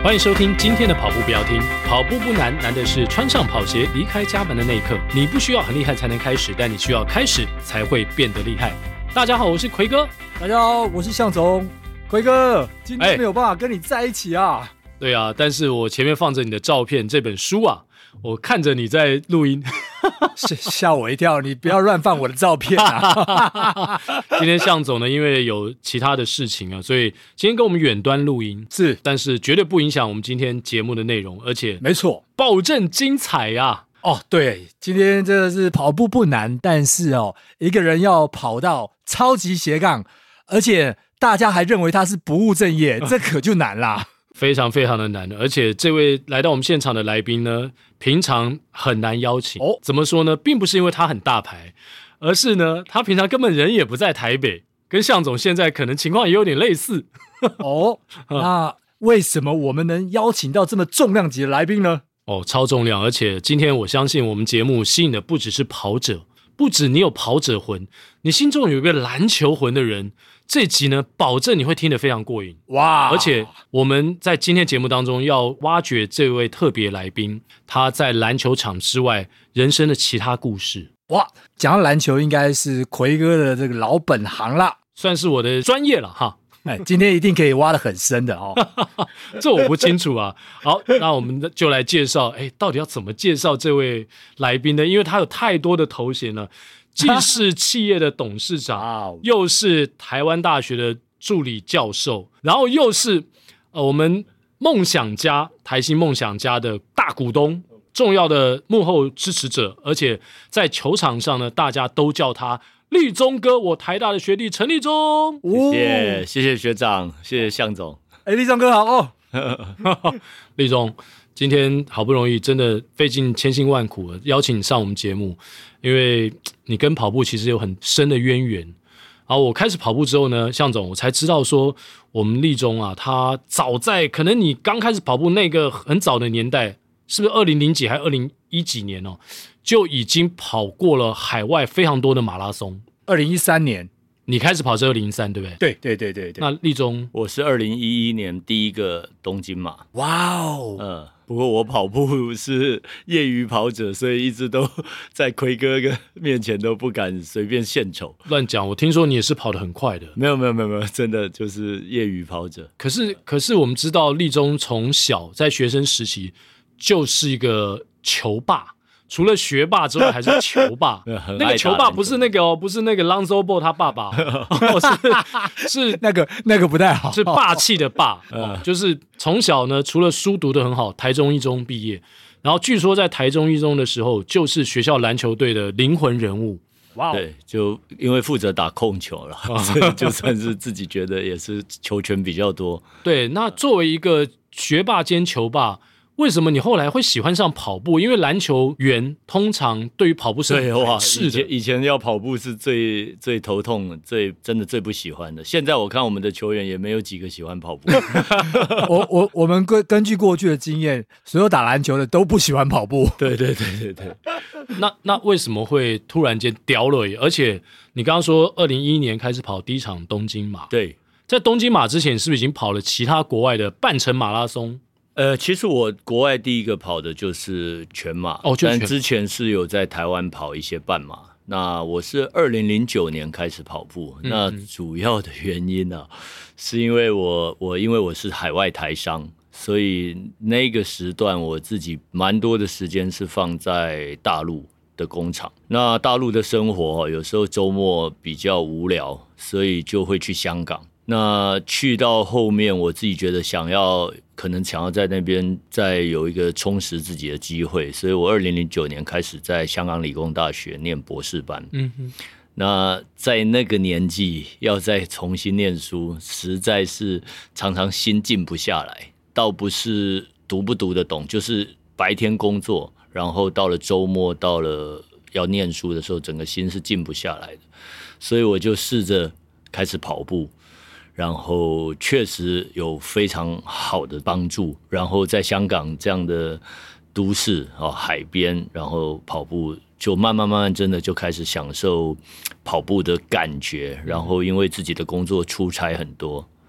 欢迎收听今天的跑步不要听。跑步不难，难的是穿上跑鞋离开家门的那一刻。你不需要很厉害才能开始，但你需要开始才会变得厉害。大家好，我是奎哥。 大家好，我是向总。奎哥，今天没有办法跟你在一起啊。 对啊，但是我前面放着你的照片，这本书啊，我看着你在录音， 吓我一跳！你不要乱放我的照片啊！ 今天向总呢，因为有其他的事情啊，所以今天跟我们远端录音是， 但是绝对不影响我们今天节目的内容，而且没错， 保证精彩呀！ 哦，对，今天真的是跑步不难，但是一个人要跑到超级斜杠，而且大家还认为他是不务正业，这可就难啦。 非常非常的难，而且这位来到我们现场的来宾呢，平常很难邀请。怎么说呢？并不是因为他很大牌，而是呢，他平常根本人也不在台北，跟向总现在可能情况也有点类似。 那为什么我们能邀请到这么重量级的来宾呢？ 超重量，而且今天我相信我们节目吸引的不只是跑者，不止你有跑者魂，你心中有一个篮球魂的人。这集呢，保证你会听得非常过瘾哇！而且我们在今天节目当中要挖掘这位特别来宾，他在篮球场之外人生的其他故事。 哇，讲到篮球，应该是奎哥的这个老本行啦， 算是我的专业了哈。 今天一定可以挖得很深的哦。 这我不清楚啊。好，那我们就来介绍，到底要怎么介绍这位来宾呢？因为他有太多的头衔了。既是企业的董事长，又是台湾大学的助理教授，然后又是我们梦想家台新梦想家的大股东，重要的幕后支持者，而且在球场上呢，大家都叫他立中哥，我台大的学弟陈立中。 谢谢学长，谢谢向总。 立中哥好哦。 立中，今天好不容易真的费尽千辛万苦邀请你上我们节目，因为你跟跑步其实有很深的渊源。然后我开始跑步之后呢，向总我才知道说，我们立中啊，他早在可能你刚开始跑步那个很早的年代，是不是2000几还2010几年就已经跑过了海外非常多的马拉松。 2013年你开始跑是2003对不对？ 对。 那立中， 我是2011年第一个东京马。 哇哦， 不过我跑步是业余跑者，所以一直都在奎哥面前都不敢随便献丑。 乱讲，我听说你也是跑得很快的。 没有，真的就是业余跑者。 可是我们知道立中从小在学生时期就是一个球霸。除了学霸之外，还是球霸。那个球霸不是那个不是那个 Lonzo Ball 他爸爸是那个不太好， 是霸气的霸。就是从小呢，除了书读得很好，台中一中毕业，然后据说在台中一中的时候，就是学校篮球队的灵魂人物。 哇，对，就因为负责打控球了，所以就算是自己觉得也是球权比较多。 对，那作为一个学霸兼球霸。为什么你后来会喜欢上跑步？因为篮球员通常对于跑步是是的， 以前要跑步是最头痛、真的最不喜欢的。现在我看我们的球员也没有几个喜欢跑步。 我们根据过去的经验，所有打篮球的都不喜欢跑步。 对。 那为什么会突然间掉了？而且你刚刚说2011年开始跑第一场东京马， 对， 在东京马之前是不是已经跑了其他国外的半程马拉松？ 其实我国外第一个跑的就是全马，但之前是有在台湾跑一些半马。那我是2009年开始跑步，那主要的原因呢，是因为我是海外台商，所以那个时段我自己蛮多的时间是放在大陆的工厂。那大陆的生活有时候周末比较无聊，所以就会去香港。那去到后面，我自己觉得可能想要在那边再有一个充实自己的机会，所以我2009年开始在香港理工大学念博士班。那在那个年纪要再重新念书，实在是常常心静不下来，倒不是读不读得懂，就是白天工作，然后到了周末，到了要念书的时候，整个心是静不下来的，所以我就试着开始跑步。然后确实有非常好的帮助，然后在香港这样的都市海边，然后跑步就慢慢真的就开始享受跑步的感觉，然后因为自己的工作出差很多，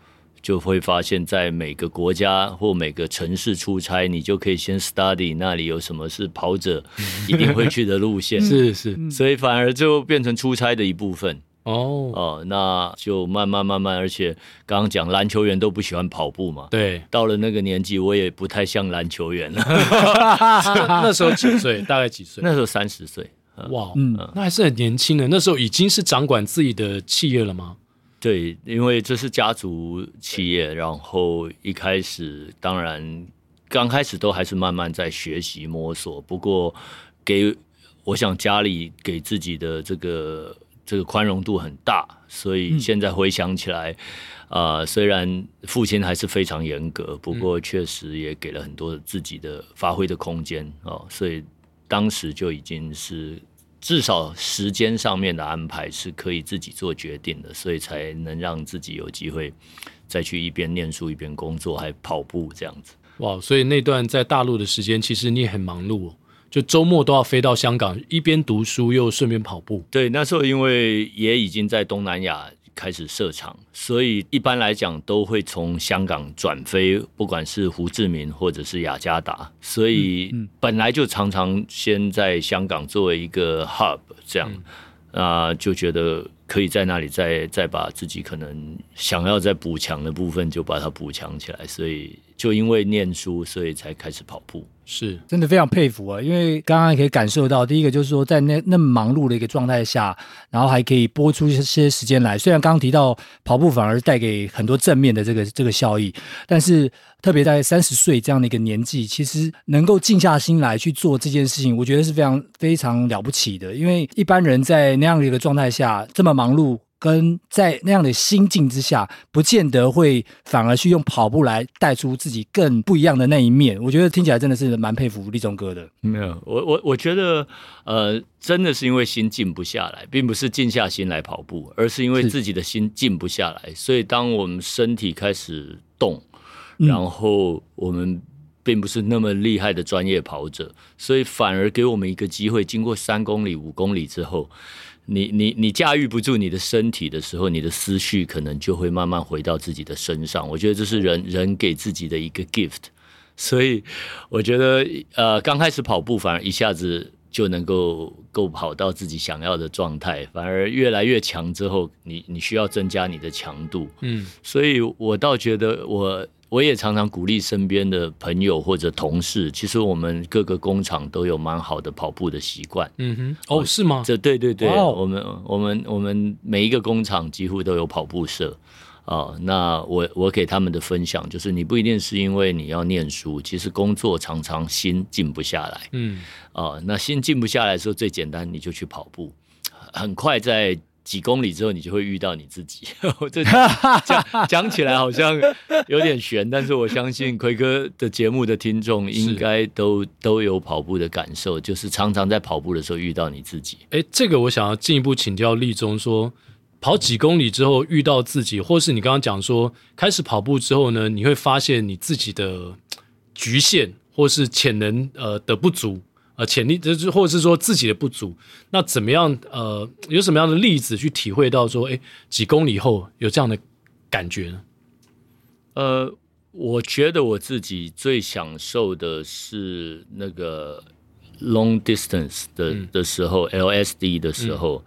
就会发现在每个国家或每个城市出差，你就可以先 study 那里有什么是跑者一定会去的路线。 是， 所以反而就变成出差的一部分。那就慢慢，而且刚刚讲篮球员都不喜欢跑步嘛， 对， 到了那个年纪，我也不太像篮球员了。 那时候几岁？大概几岁？ 那时候30岁。 哇，那还是很年轻的。那时候已经是掌管自己的企业了吗？ 对，因为这是家族企业，然后一开始当然刚开始都还是慢慢在学习摸索，不过我想家里给自己的这个宽容度很大，所以现在回想起来，虽然父亲还是非常严格，不过确实也给了很多自己的发挥的空间所以当时就已经是至少时间上面的安排是可以自己做决定的，所以才能让自己有机会再去一边念书一边工作，还跑步这样子。 哇，所以那段在大陆的时间，其实你也很忙碌就周末都要飞到香港，一边读书又顺便跑步。 对，那时候因为也已经在东南亚开始设厂，所以一般来讲都会从香港转飞，不管是胡志明或者是雅加达，所以本来就常常先在香港作为一个 hub 这样，就觉得可以在那里再把自己可能想要再补强的部分就把它补强起来，所以就因为念书，所以才开始跑步。 是真的非常佩服因为刚刚可以感受到，第一个就是说在那么忙碌的一个状态下，然后还可以拨出一些时间来。虽然刚刚提到跑步反而带给很多正面的这个效益，但是特别在30岁这样的一个年纪，其实能够静下心来去做这件事情，我觉得是非常非常了不起的。因为一般人在那样的一个状态下这么忙碌，跟在那样的心境之下，不见得会反而去用跑步来带出自己更不一样的那一面。我觉得听起来真的是蛮佩服立中哥的。 没有，我觉得真的是因为心静不下来，并不是静下心来跑步，而是因为自己的心静不下来。所以当我们身体开始动，然后我们并不是那么厉害的专业跑者，所以反而给我们一个机会，经过3公里、5公里之后，你驾驭不住你的身体的时候，你的思绪可能就会慢慢回到自己的身上。我觉得这是人给自己的一个 gift， 所以我觉得刚开始跑步反而一下子就能够跑到自己想要的状态，反而越来越强之后，你需要增加你的强度。所以我倒觉得我也常常鼓励身边的朋友或者同事，其实我们各个工厂都有蛮好的跑步的习惯。 是吗？ 对，我们每一个工厂几乎都有跑步社。那我给他们的分享就是，你不一定是因为你要念书，其实工作常常心静不下来。那心静不下来的时候，最简单你就去跑步，很快在几公里之后，你就会遇到你自己。这讲起来好像有点悬，但是我相信奎哥的节目的听众应该都有跑步的感受，就是常常在跑步的时候遇到你自己。 这个我想要进一步请教立中说，跑几公里之后遇到自己，或是你刚刚讲说开始跑步之后呢，你会发现你自己的局限或是潜能的不足。潜力，或者是说自己的不足，那怎么样？有什么样的例子去体会到说，几公里后有这样的感觉呢？ 我觉得我自己最享受的是那个 long distance 的时候，LSD 的时候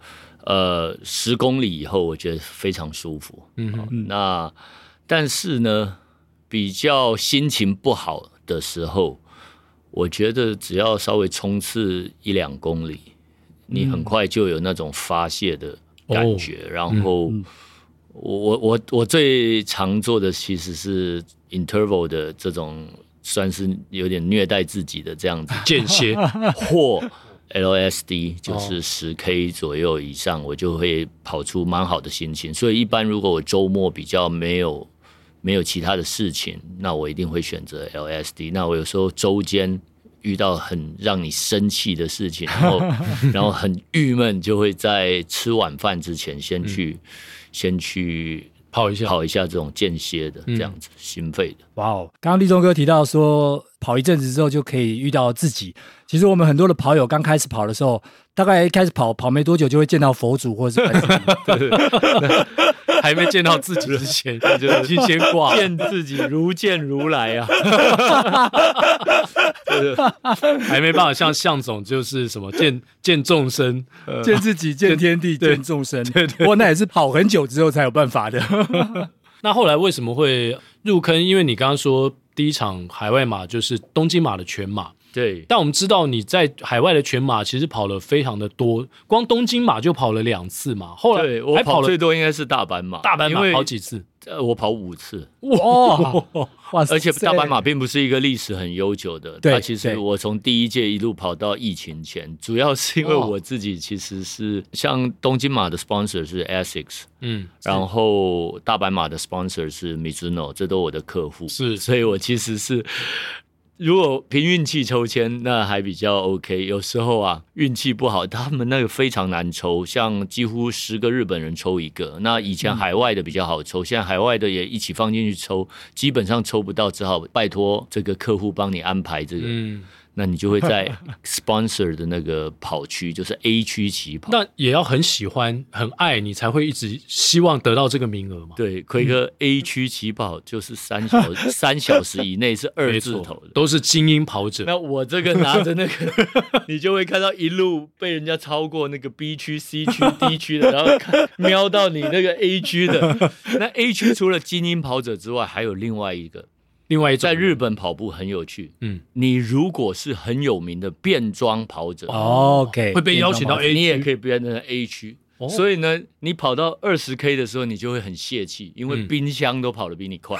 ，10公里以后，我觉得非常舒服。那但是呢，比较心情不好的时候，我觉得只要稍微冲刺1-2公里，你很快就有那种发泄的感觉。然后我最常做的其实是 interval 的这种，算是有点虐待自己的这样子间歇或 LSD， 就是10K 左右以上，我就会跑出蛮好的心情。所以一般如果我周末比较没有其他的事情，那我一定会选择 LSD。那我有时候周间遇到很让你生气的事情，然后很郁闷，就会在吃晚饭之前先去跑一下这种间歇的这样子心肺的。 哇哦！刚刚立中哥提到说跑一阵子之后就可以遇到自己。其实我们很多的跑友刚开始跑的时候，大概一开始跑没多久就会见到佛祖或者是对还没见到自己之前，就已经先挂见自己如见如来啊。 还没办法像向总就是什么见众生， 见自己，见天地，见众生。对，不过那也是跑很久之后才有办法的。 那后来为什么会入坑？因为你刚刚说第一场海外马就是东京马的全马。 对， 但我们知道你在海外的全马其实跑了非常的多，光东京马就跑了2次嘛。后来对我跑最多应该是大阪马， 大阪马跑几次？ 我跑5次。 哇！ 而且大阪马并不是一个历史很悠久的，它其实我从第一届一路跑到疫情前，主要是因为我自己其实是像东京马的 sponsor 是 Asics， 然后大阪马的 sponsor 是 Mizuno， 这都我的客户， 是， 所以我其实是。如果凭运气抽签，那还比较 OK。有时候啊，运气不好，他们那个非常难抽，像几乎10个日本人抽1个。那以前海外的比较好抽，现在海外的也一起放进去抽，基本上抽不到，只好拜托这个客户帮你安排这个。那你就会在 sponsor 的那个跑区，就是 A 区起跑。 那也要很喜欢、很爱你，才会一直希望得到这个名额嘛。 对，奎哥 A 区起跑就是3小时以内是2字头的， 都是精英跑者。 那我这个拿着那个，你就会看到一路被人家超过那个 B 区、C 区、D 区的，然后瞄到你那个 A 区的。那 A 区除了精英跑者之外，还有另外一种在日本跑步很有趣，你如果是很有名的变装跑者 ，OK， 会被邀请到 A 区， 你也可以变成 A 区。所以呢，你跑到20K 的时候，你就会很泄气，因为冰箱都跑得比你快。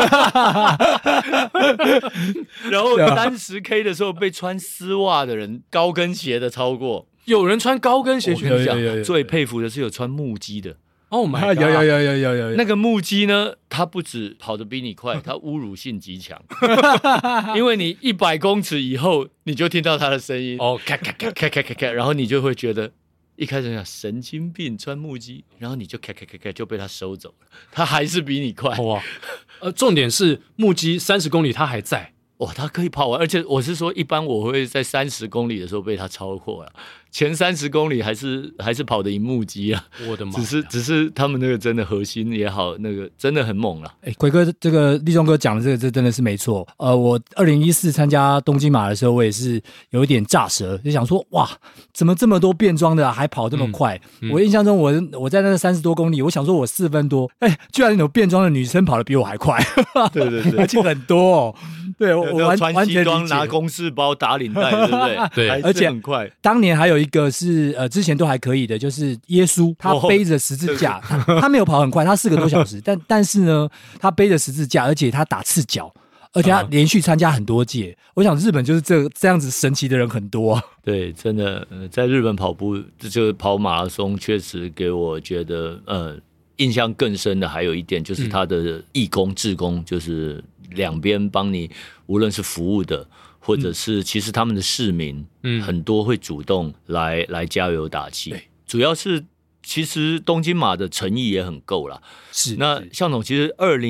然后30K 的时候，被穿丝袜的人、高跟鞋的超过， 有人穿高跟鞋去讲。最佩服的是有穿木屐的。 Oh my god！ 有， 那个木屐呢？他不止跑得比你快，他侮辱性极强。因为你100公尺以后，你就听到他的声音，咔咔咔咔咔咔咔，然后你就会觉得一开始想神经病穿木屐，然后你就咔咔咔咔就被他收走了，他还是比你快。 哇！重点是木屐30公里他还在。 哇，他可以跑完，而且我是说，一般我会在30公里的时候被他超过了，前30公里还是跑得赢木屐啊！ 我的妈！ 只是他们那个真的核心也好，那个真的很猛了。 奎哥，这个立中哥讲的这真的是没错。我2014参加东京马的时候，我也是有一点炸舌，就想说哇，怎么这么多变装的还跑这么快？我印象中我在那30多公里，我想说我4分多，居然有变装的女生跑得比我还快。 对， 而且很多哦。对，我穿西装拿公事包打领带，对不对？ 对， 而且很快。 当年还有一个是之前都还可以的，就是耶稣，他背着十字架，他没有跑很快，他4个多小时，但是呢，他背着十字架，而且他打赤脚，而且他连续参加很多届。我想日本就是这样子神奇的人很多。 对，真的，在日本跑步就跑马拉松，确实给我觉得印象更深的还有一点就是他的义工、志工，就是两边帮你，无论是服务的，或者是其实他们的市民，很多会主动来加油打气。主要是其实东京马的诚意也很够啦。 是， 那向总其实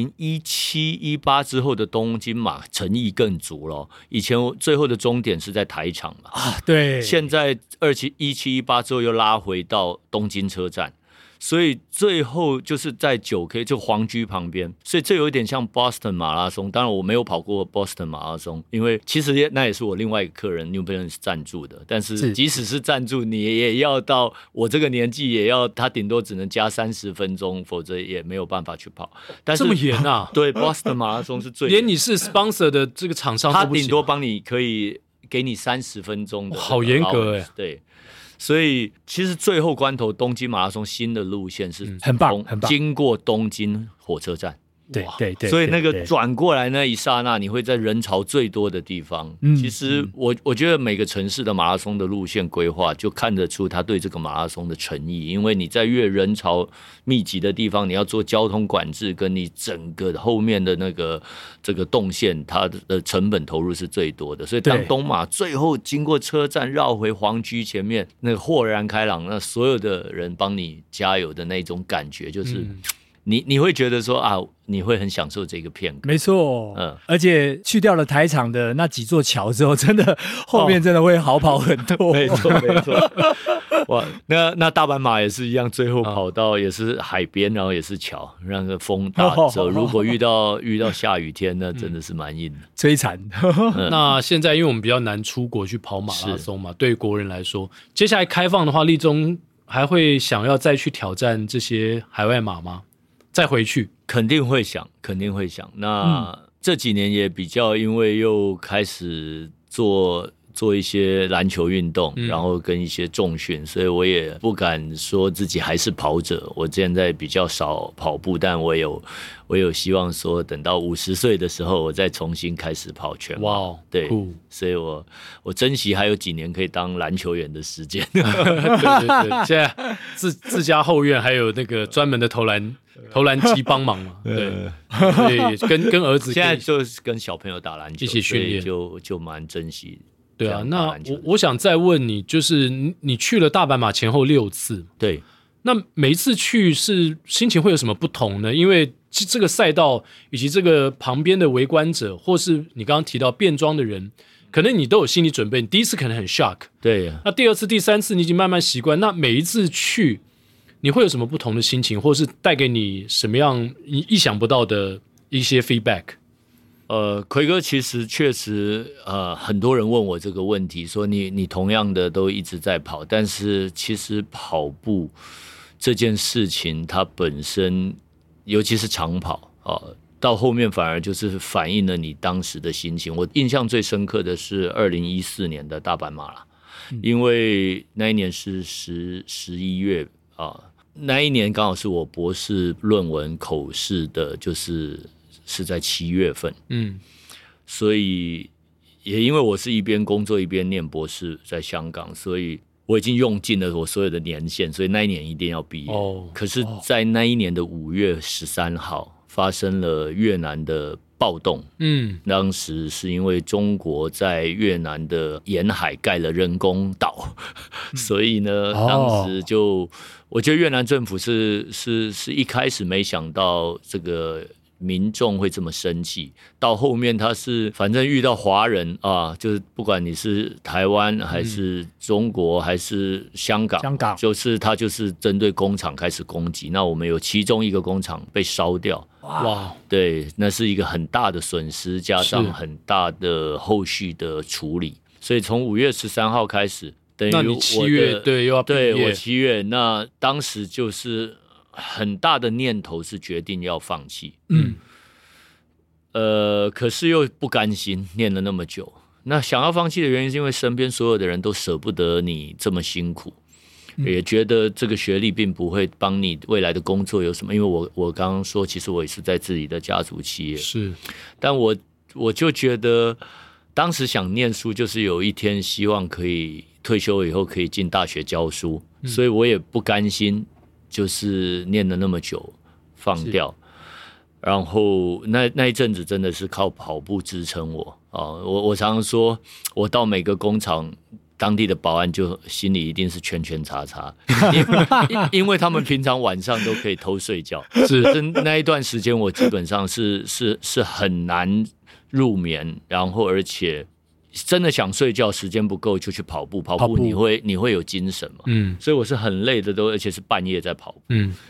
2017、18之后的东京马诚意更足了。以前最后的终点是在台场嘛， 对， 现在17、18之后又拉回到东京车站。所以最后就是在9K 就皇居旁边，所以这有一点像 Boston 马拉松。当然我没有跑过 Boston 马拉松，因为其实那也是我另外一个客人 New Balance 赞助的。但是即使是赞助，你也要到我这个年纪，也要他顶多只能加30分钟，否则也没有办法去跑。但是这么严啊？ 对 ，Boston 马拉松是最连你是 sponsor 的这个厂商都不行， 他顶多帮你可以给你30分钟的， 好严格对。所以其实最后关头，东京马拉松新的路线是很棒， 经过东京火车站。 对， 所以那个转过来那一刹那，你会在人潮最多的地方。其实我觉得每个城市的马拉松的路线规划，就看得出他对这个马拉松的诚意。因为你在越人潮密集的地方，你要做交通管制，跟你整个后面的那个这个动线，它的成本投入是最多的。所以当东马最后经过车站绕回皇居前面，那个豁然开朗，那所有的人帮你加油的那种感觉，就是你会觉得说啊，你会很享受这个片刻。 没错，而且去掉了台场的那几座桥之后，真的后面真的会好跑很多。 没错。哇，那大阪马也是一样，最后跑到也是海边，然后也是桥，让个风大的时候，如果遇到下雨天，那真的是蛮硬的， 摧残。 那现在因为我们比较难出国去跑马拉松嘛，对于国人来说，接下来开放的话，立中还会想要再去挑战这些海外马吗？再回去肯定会想。那这几年也比较，因为又开始做一些篮球运动，然后跟一些重训，所以我也不敢说自己还是跑者。我现在比较少跑步，但我有希望说，等到50岁的时候，我再重新开始跑全马。 哇， 对，所以我珍惜还有几年可以当篮球员的时间。 对，现在自家后院还有那个专门的投篮机帮忙嘛，对，所以跟儿子现在就是跟小朋友打篮球一起训练， 就蛮珍惜。 对啊，那我想再问你，就是你去了大阪马前后6次， 对， 那每一次去是心情会有什么不同呢？因为这个赛道以及这个旁边的围观者，或是你刚刚提到变装的人，可能你都有心理准备。你第一次可能很 shock， 对， 那第二次、第三次你已经慢慢习惯。那每一次去，你会有什么不同的心情，或是带给你什么样你意想不到的一些 feedback？ 奎哥，其实确实很多人问我这个问题，说你同样的都一直在跑，但是其实跑步这件事情它本身，尤其是长跑到后面反而就是反映了你当时的心情。我印象最深刻的是2014年的大阪马啦，因为那一年是11月那一年刚好是我博士论文口试的，是在7月份，所以也因为我是一边工作一边念博士，在香港，所以我已经用尽了我所有的年限，所以那一年一定要毕业。可是，在那一年的5月13号，发生了越南的暴动。当时是因为中国在越南的沿海盖了人工岛，所以呢，当时我觉得越南政府是一开始没想到这个民众会这么生气，到后面他是反正遇到华人就是不管你是台湾还是中国还是香港，就是他就是针对工厂开始攻击。那我们有其中一个工厂被烧掉，哇，对，那是一个很大的损失，加上很大的后续的处理。所以从5月13号开始，等于那你7月又要毕业， 对，我7月，那当时就是很大的念头是决定要放弃，可是又不甘心，念了那么久。那想要放弃的原因是因为身边所有的人都舍不得你这么辛苦，也觉得这个学历并不会帮你未来的工作有什么。因为我刚刚说，其实我也是在自己的家族企业， 是， 但我就觉得当时想念书，就是有一天希望可以退休以后可以进大学教书，所以我也不甘心。就是念了那么久放掉，然后那一阵子真的是靠跑步支撑我我常常说，我到每个工厂，当地的保安就心里一定是圈圈叉叉，因为他们平常晚上都可以偷睡觉，是那一段时间我基本上是很难入眠，然后而且真的想睡觉，时间不够就去跑步你会有精神嘛？所以我是很累的，而且是半夜在跑步。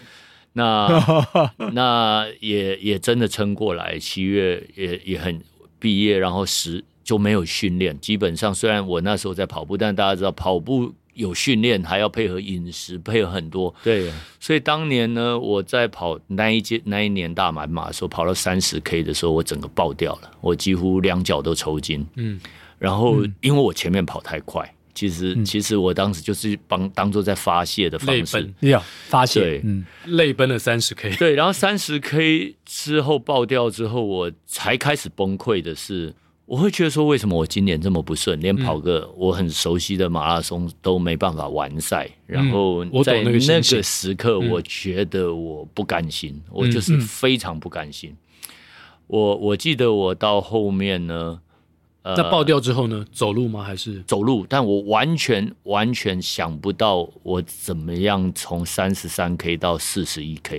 那也真的撑过来，7月也很毕业，然后就没有训练。基本上虽然我那时候在跑步，但大家知道跑步有训练，还要配合饮食，配合很多。对，所以当年呢，我在跑那一年大满马的时候，跑到30K 的时候，我整个爆掉了，我几乎2脚都抽筋。然后因为我前面跑太快，其实我当时就是当作在发泄的方式， 发泄， 泪奔了30K。 对，然后30K 之后爆掉之后，我才开始崩溃的是，我会觉得说，为什么我今年这么不顺，连跑个我很熟悉的马拉松都没办法完赛。然后在那个时刻，我觉得我不甘心，我就是非常不甘心。我记得我到后面呢。 那爆掉之后呢？走路吗？还是走路？但我完全想不到我怎么样从33K 到41K，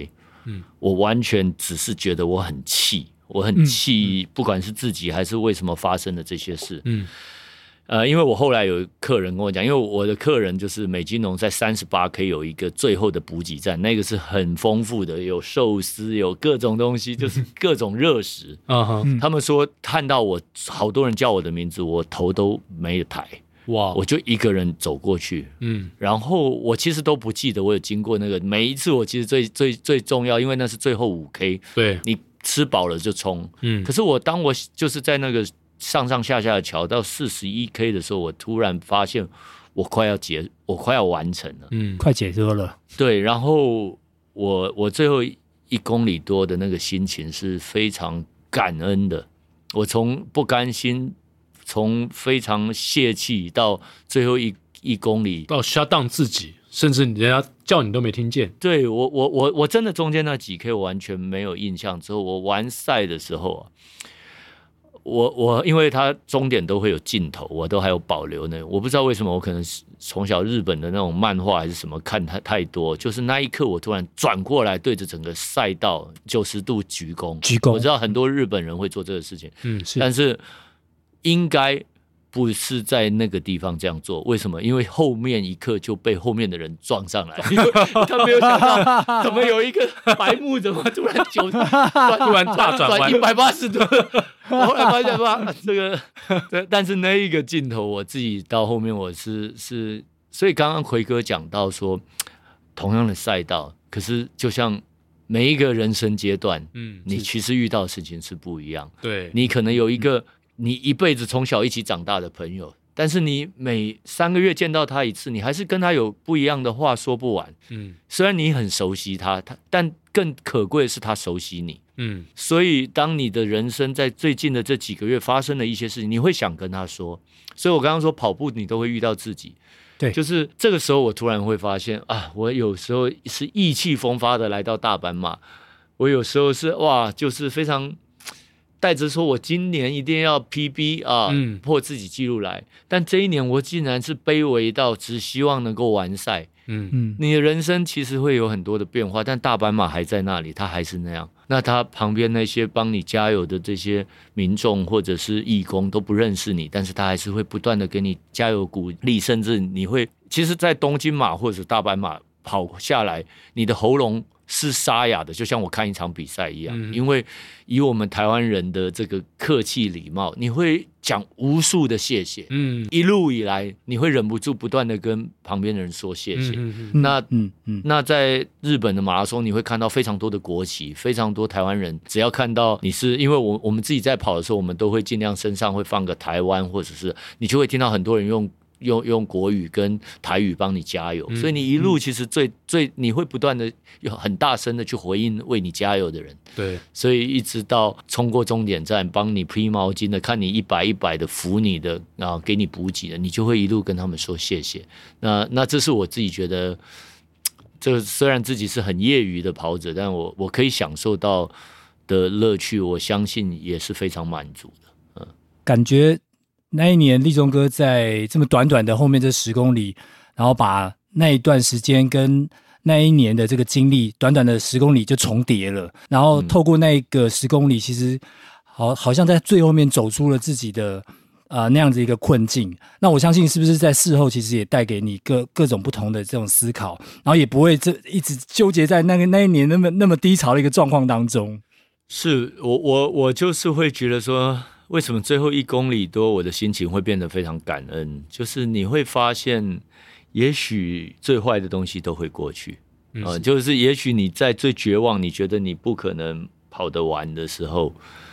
我完全只是觉得我很气，不管是自己还是为什么发生的这些事。因为我后来有客人跟我讲，因为我的客人就是美津浓在38K 有一个最后的补给站，那个是很丰富的，有寿司，有各种东西，就是各种热食。他们说看到我，好多人叫我的名字，我头都没有抬。哇！我就一个人走过去，然后我其实都不记得我有经过那个，每一次我其实最重要，因为那是最后5K， 对，你吃饱了就冲。可是当我就是在那个上下的桥到41K 的时候，我突然发现我快要完成了， 快解脱了。 对，然后我最后1公里多的那个心情是非常感恩的，我从不甘心，从非常泄气到最后一公里到 shut down 自己，甚至人家叫你都没听见。 对，我真的中间那几 K 我完全没有印象。之后我完赛的时候我因为他终点都会有镜头，我都还有保留呢。我不知道为什么，我可能从小日本的那种漫画还是什么看太多，就是那一刻我突然转过来对着整个赛道90度鞠躬。我知道很多日本人会做这个事情，但是应该不是在那个地方这样做。为什么？因为后面一刻就被后面的人撞上来，他没有想到怎么有一个白目怎么突然大转弯180度。我后来发现这个，但是那一个镜头我自己到后面我是，所以刚刚奎哥讲到说，同样的赛道，可是就像每一个人生阶段，你其实遇到的事情是不一样。对，你可能有一个你一辈子从小一起长大的朋友，但是你每3个月见到他一次，你还是跟他有不一样的话说不完。虽然你很熟悉他，但更可贵的是他熟悉你。所以当你的人生在最近的这几个月发生了一些事情，你会想跟他说。所以我刚刚说跑步你都会遇到自己，对，就是这个时候我突然会发现我有时候是意气风发的来到大阪马，我有时候是就是非常带着说我今年一定要 PB 破自己记录来，但这一年我竟然是卑微到只希望能够完赛。你的人生其实会有很多的变化，但大阪马还在那里，它还是那样。那他旁边那些帮你加油的这些民众或者是义工都不认识你，但是他还是会不断的给你加油鼓励，甚至你会，其实在东京马或者大阪马跑下来，你的喉咙是沙哑的，就像我看一场比赛一样。因为以我们台湾人的这个客气礼貌，你会讲无数的谢谢。一路以来你会忍不住不断的跟旁边的人说谢谢。那在日本的马拉松，你会看到非常多的国旗，非常多台湾人，只要看到你是，因为我们自己在跑的时候，我们都会尽量身上会放个台湾，或者是你就会听到很多人用国语跟台语帮你加油，所以你一路其实最你会不断的有很大声的去回应为你加油的人。对，所以一直到冲过终点站，帮你披毛巾的，看你100的扶你的，然后给你补给的，你就会一路跟他们说谢谢。那这是我自己觉得，这虽然自己是很业余的跑者，但我可以享受到的乐趣，我相信也是非常满足的。 感觉那一年立中哥在这么短短的后面这10公里，然后把那一段时间跟那一年的这个经历短短的10公里就重叠了，然后透过那个10公里，其实好像在最后面走出了自己的那样子一个困境。那我相信是不是在事后其实也带给你各种不同的这种思考，然后也不会一直纠结在那一年那么低潮的一个状况当中。 是我就是会觉得说，为什么最后1公里多我的心情会变得非常感恩，就是你会发现也许最坏的东西都会过去。就是也许你在最绝望，你觉得你不可能跑得完的时候，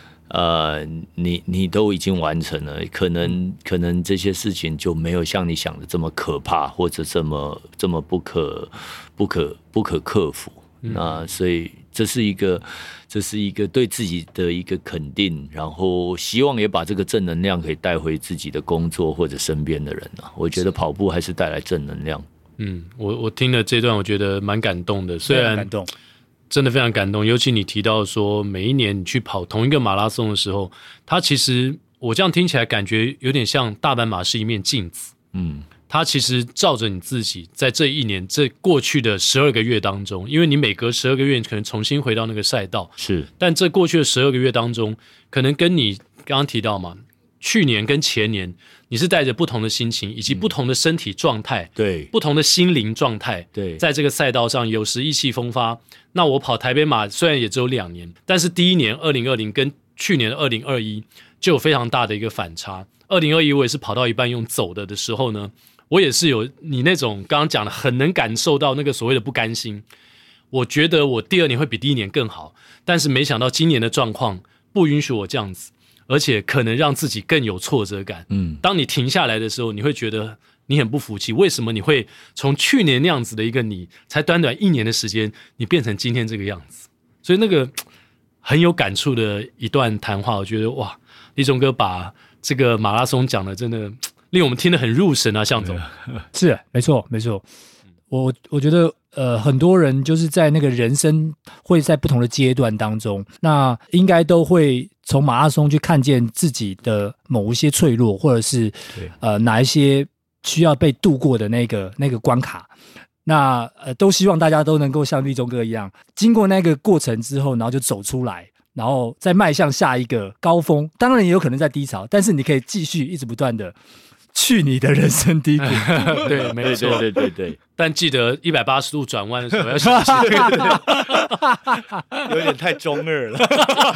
你都已经完成了，可能这些事情就没有像你想的这么可怕，或者这么不可克服。那所以这是一个对自己的一个肯定，然后希望也把这个正能量可以带回自己的工作或者身边的人我觉得跑步还是带来正能量。 我听了这段，我觉得蛮感动的，虽然真的非常感动，尤其你提到说每一年你去跑同一个马拉松的时候，它其实我这样听起来感觉有点像大阪马是一面镜子。 他其实照着你自己在这一年这过去的12个月当中，因为你每隔12个月可能重新回到那个赛道， 是， 但这过去的12个月当中，可能跟你刚刚提到嘛，去年跟前年你是带着不同的心情以及不同的身体状态， 对， 不同的心灵状态， 对， 在这个赛道上有时意气风发。那我跑台北马虽然也只有2年，但是第一年2020跟去年的2021就有非常大的一个反差。2021我也是跑到一半用走的时候呢，我也是有你那种刚刚讲的很能感受到那个所谓的不甘心。我觉得我第2年会比第1年更好，但是没想到今年的状况不允许我这样子，而且可能让自己更有挫折感。当你停下来的时候，你会觉得你很不服气，为什么你会从去年那样子的一个你，才短短1年的时间，你变成今天这个样子？所以那个很有感触的一段谈话，我觉得哇，立中哥把这个马拉松讲的真的令我们听得很入神啊，向总。 是，没错，没错。我觉得很多人就是在那个人生会在不同的阶段当中，那应该都会从马拉松去看见自己的某一些脆弱，或者是哪一些需要被度过的那个关卡。那都希望大家都能够像立中哥一样，经过那个过程之后，然后就走出来，然后再迈向下一个高峰。当然也有可能在低潮，但是你可以继续一直不断的去你的人生低谷。 对，没错， 对。 但记得180度转弯的时候要小心。 有点太中二了，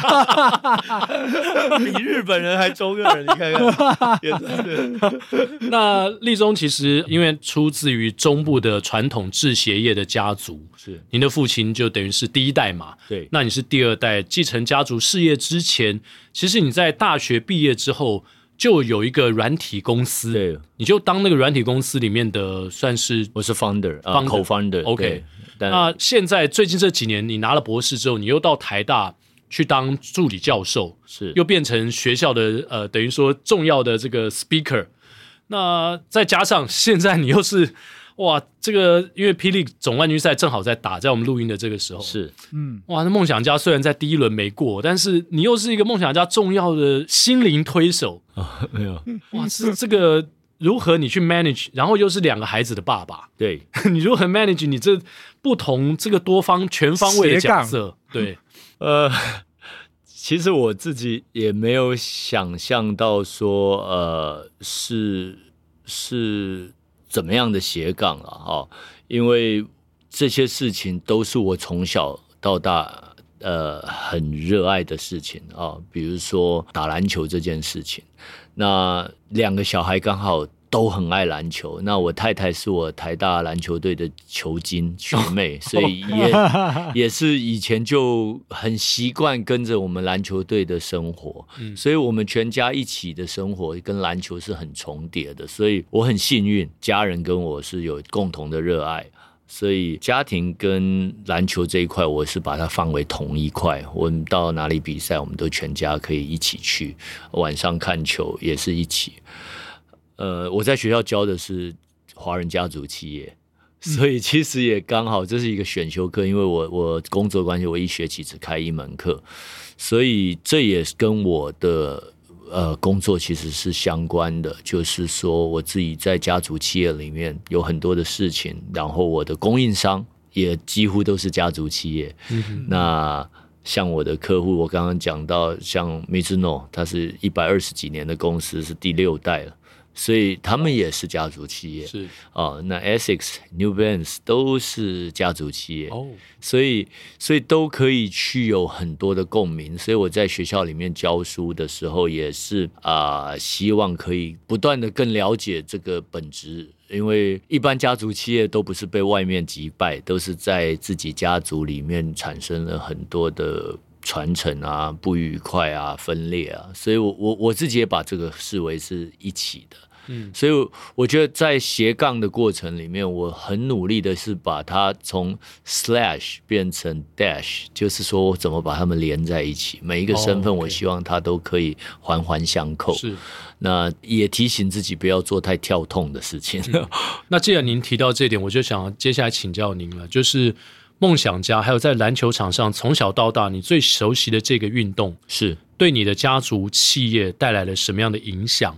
比日本人还中二，你看看，也是。 那立中其实因为出自于中部的传统制鞋业的家族， 是您的父亲就等于是第1代嘛， 对， 那你是第2代，继承家族事业之前，其实你在大学毕业之后就有一个软体公司， 对， 你就当那个软体公司里面的算是我是 co-founder OK。那现在最近这几年你拿了博士之后，你又到台大去当助理教授， 是又变成学校的等于说重要的这个 speaker。那再加上现在你又是哇，这个因为霹雳总冠军赛正好在打，在我们录音的这个时候， 是哇，那梦想家虽然在第1轮没过，但是你又是一个梦想家重要的心灵推手没有哇，是这个如何你去 manage， 然后又是2个孩子的爸爸， 对， 你如何 manage 你这不同这个多方全方位的角色？对， 其实我自己也没有想象到说是怎么样的斜杠啊，因为这些事情都是我从小到大很热爱的事情啊，比如说打篮球这件事情。那2个小孩刚好都很爱篮球，那我太太是我台大篮球队的球精学妹，所以也是以前就很习惯跟着我们篮球队的生活，所以我们全家一起的生活跟篮球是很重叠的，所以我很幸运，家人跟我是有共同的热爱。所以家庭跟篮球这一块，我是把它放为同一块。我们到哪里比赛，我们都全家可以一起去。晚上看球也是一起。我在学校教的是华人家族企业，所以其实也刚好这是一个选修课，因为我工作关系，我1学期只开1门课，所以这也跟我的工作其实是相关的，就是说我自己在家族企业里面有很多的事情，然后我的供应商也几乎都是家族企业。那像我的客户，我刚刚讲到像 Mizuno， 它是120几年的公司，是第6代了，所以他们也是家族企业。 是那 Essex、New Balance 都是家族企业。所以都可以去有很多的共鸣，所以我在学校里面教书的时候也是希望可以不断的更了解这个本质，因为一般家族企业都不是被外面击败，都是在自己家族里面产生了很多的传承啊、不愉快啊、分裂啊，所以我自己也把这个视为是一起的。所以我觉得在斜杠的过程里面，我很努力的是把它从 slash 变成 dash， 就是说我怎么把它们连在一起，每一个身份我希望它都可以环环相扣。 是， 那也提醒自己不要做太跳痛的事情。 那既然您提到这点，我就想接下来请教您了，就是梦想家还有在篮球场上从小到大你最熟悉的这个运动， 是对你的家族企业带来了什么样的影响？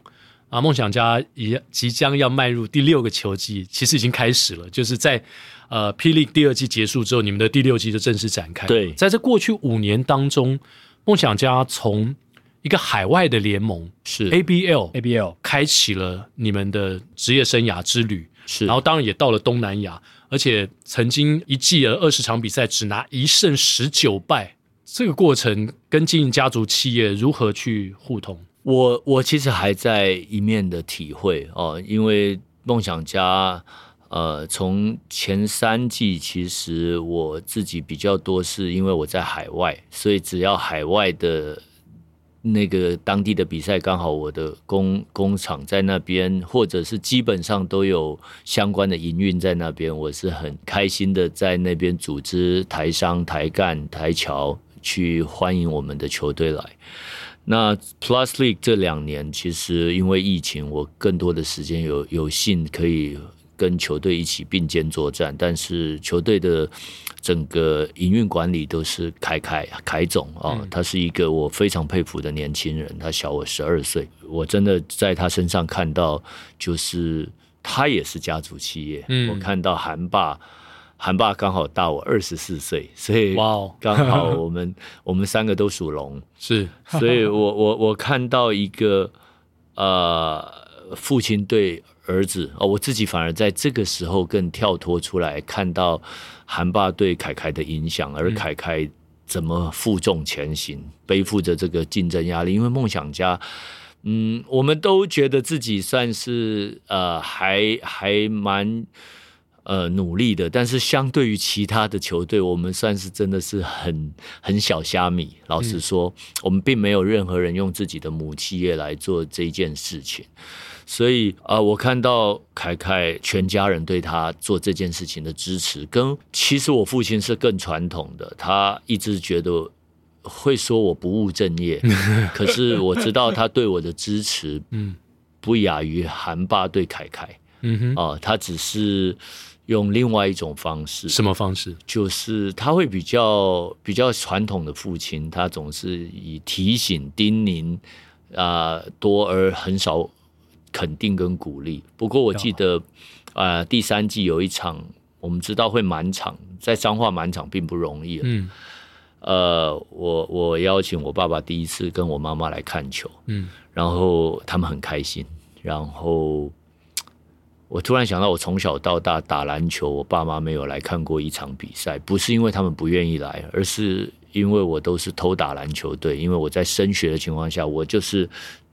梦想家也即将要迈入第6个球季，其实已经开始了，就是在P-League 第2季结束之后，你们的第6季就正式展开。 对， 在这过去5年当中，梦想家从一个海外的联盟是 ABL 开启了你们的职业生涯之旅， 是， 然后当然也到了东南亚，而且曾经一季的20场比赛只拿1胜19败，这个过程跟经营家族企业如何去互通？ 我其实还在一面的体会哦，因为梦想家从前3季其实我自己比较多是因为我在海外，所以只要海外的那个当地的比赛刚好我的工厂在那边，或者是基本上都有相关的营运在那边，我是很开心的在那边组织台商、台干、台侨去欢迎我们的球队来。那 Plus League 这2年其实因为疫情，我更多的时间有幸可以跟球队一起并肩作战，但是球队的整个营运管理都是凯总啊，他是一个我非常佩服的年轻人，他小我12岁，我真的在他身上看到，就是他也是家族企业，我看到韩爸刚好大我24岁，所以刚好我们3个都属龙， 是， 所以我看到一个父亲对儿子我自己反而在这个时候更跳脱出来，看到韩爸对凯凯的影响，而凯凯怎么负重前行，背负着这个竞争压力。因为梦想家，我们都觉得自己算是还蛮努力的，但是相对于其他的球队，我们算是真的是很小虾米。老实说，我们并没有任何人用自己的母企业来做这件事情。所以我看到凯凯全家人对他做这件事情的支持，跟其实我父亲是更传统的，他一直觉得会说我不务正业，可是我知道他对我的支持，不亚于韩爸对凯凯，他只是用另外一种方式。 什么方式？ 就是他会比较传统的父亲，他总是以提醒叮咛多，而很少肯定跟鼓励。不过我记得第3季有一场，我们知道会满场，在彰化满场并不容易。我邀请我爸爸第一次跟我妈妈来看球，然后他们很开心。然后我突然想到，我从小到大打篮球，我爸妈没有来看过一场比赛，不是因为他们不愿意来，而是因为我都是偷打篮球队。因为我在升学的情况下，我就是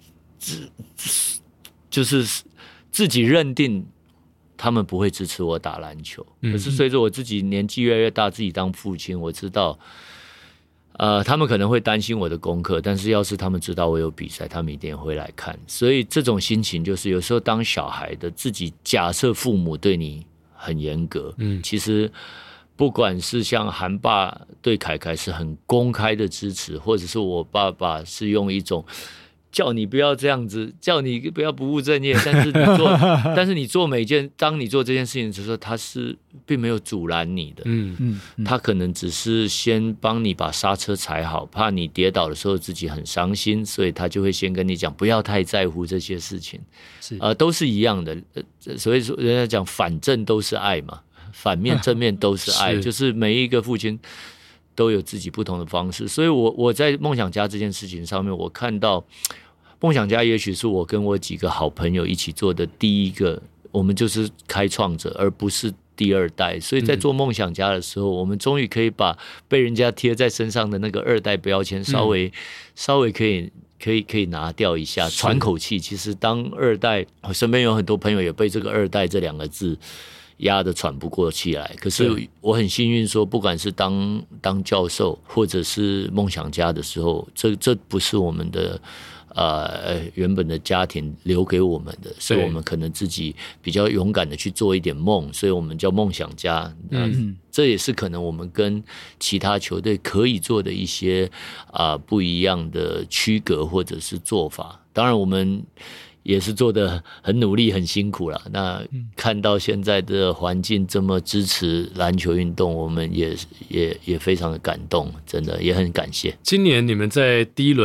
自己认定他们不会支持我打篮球，可是随着我自己年纪越来越大，自己当父亲，我知道他们可能会担心我的功课，但是要是他们知道我有比赛，他们一定会来看。所以这种心情就是有时候当小孩的自己，假设父母对你很严格，其实不管是像韩爸对凯凯是很公开的支持，或者是我爸爸是用一种叫你不要这样子，叫你不要不务正业，但是你做当你做这件事情的时候，他是并没有阻拦你的，他可能只是先帮你把刹车踩好，怕你跌倒的时候自己很伤心，所以他就会先跟你讲不要太在乎这些事情，都是一样的。所以说人家讲反正都是爱嘛，反面正面都是爱，就是每一个父亲都有自己不同的方式。所以我在梦想家这件事情上面，我看到梦想家也许是我跟我几个好朋友一起做的第一个，我们就是开创者，而不是第2代。所以在做梦想家的时候，我们终于可以把被人家贴在身上的那个2代标签稍微可以拿掉一下，喘口气。其实当2代，我身边有很多朋友也被这个2代这2个字压得喘不过气来。可是我很幸运说，不管是当教授或者是梦想家的时候，这不是我们的原本的家庭留给我们的，所以我们可能自己比较勇敢的去做一点梦，所以我们叫梦想家。这也是可能我们跟其他球队可以做的一些不一样的区隔或者是做法。当然我们也是做得很努力很辛苦啦。那看到现在的环境这么支持篮球运动，我们也非常的感动，真的也很感谢。 今年你们在第1轮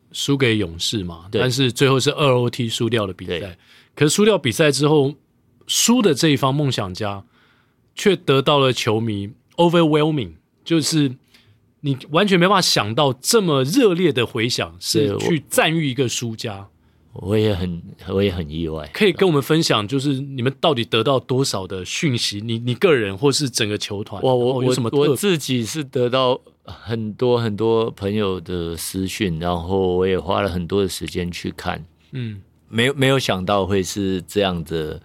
输给勇士嘛，但是最后是2-OT 输掉了比赛。可是输掉比赛之后，输的这一方梦想家却得到了球迷 overwhelming， 就是你完全没办法想到这么热烈的回响，是去赞誉一个输家。 我也很意外。 可以跟我们分享，就是你们到底得到多少的讯息？你个人或是整个球团？ 我自己是得到很多很多朋友的私讯，然后我也花了很多的时间去看。没有想到会是这样的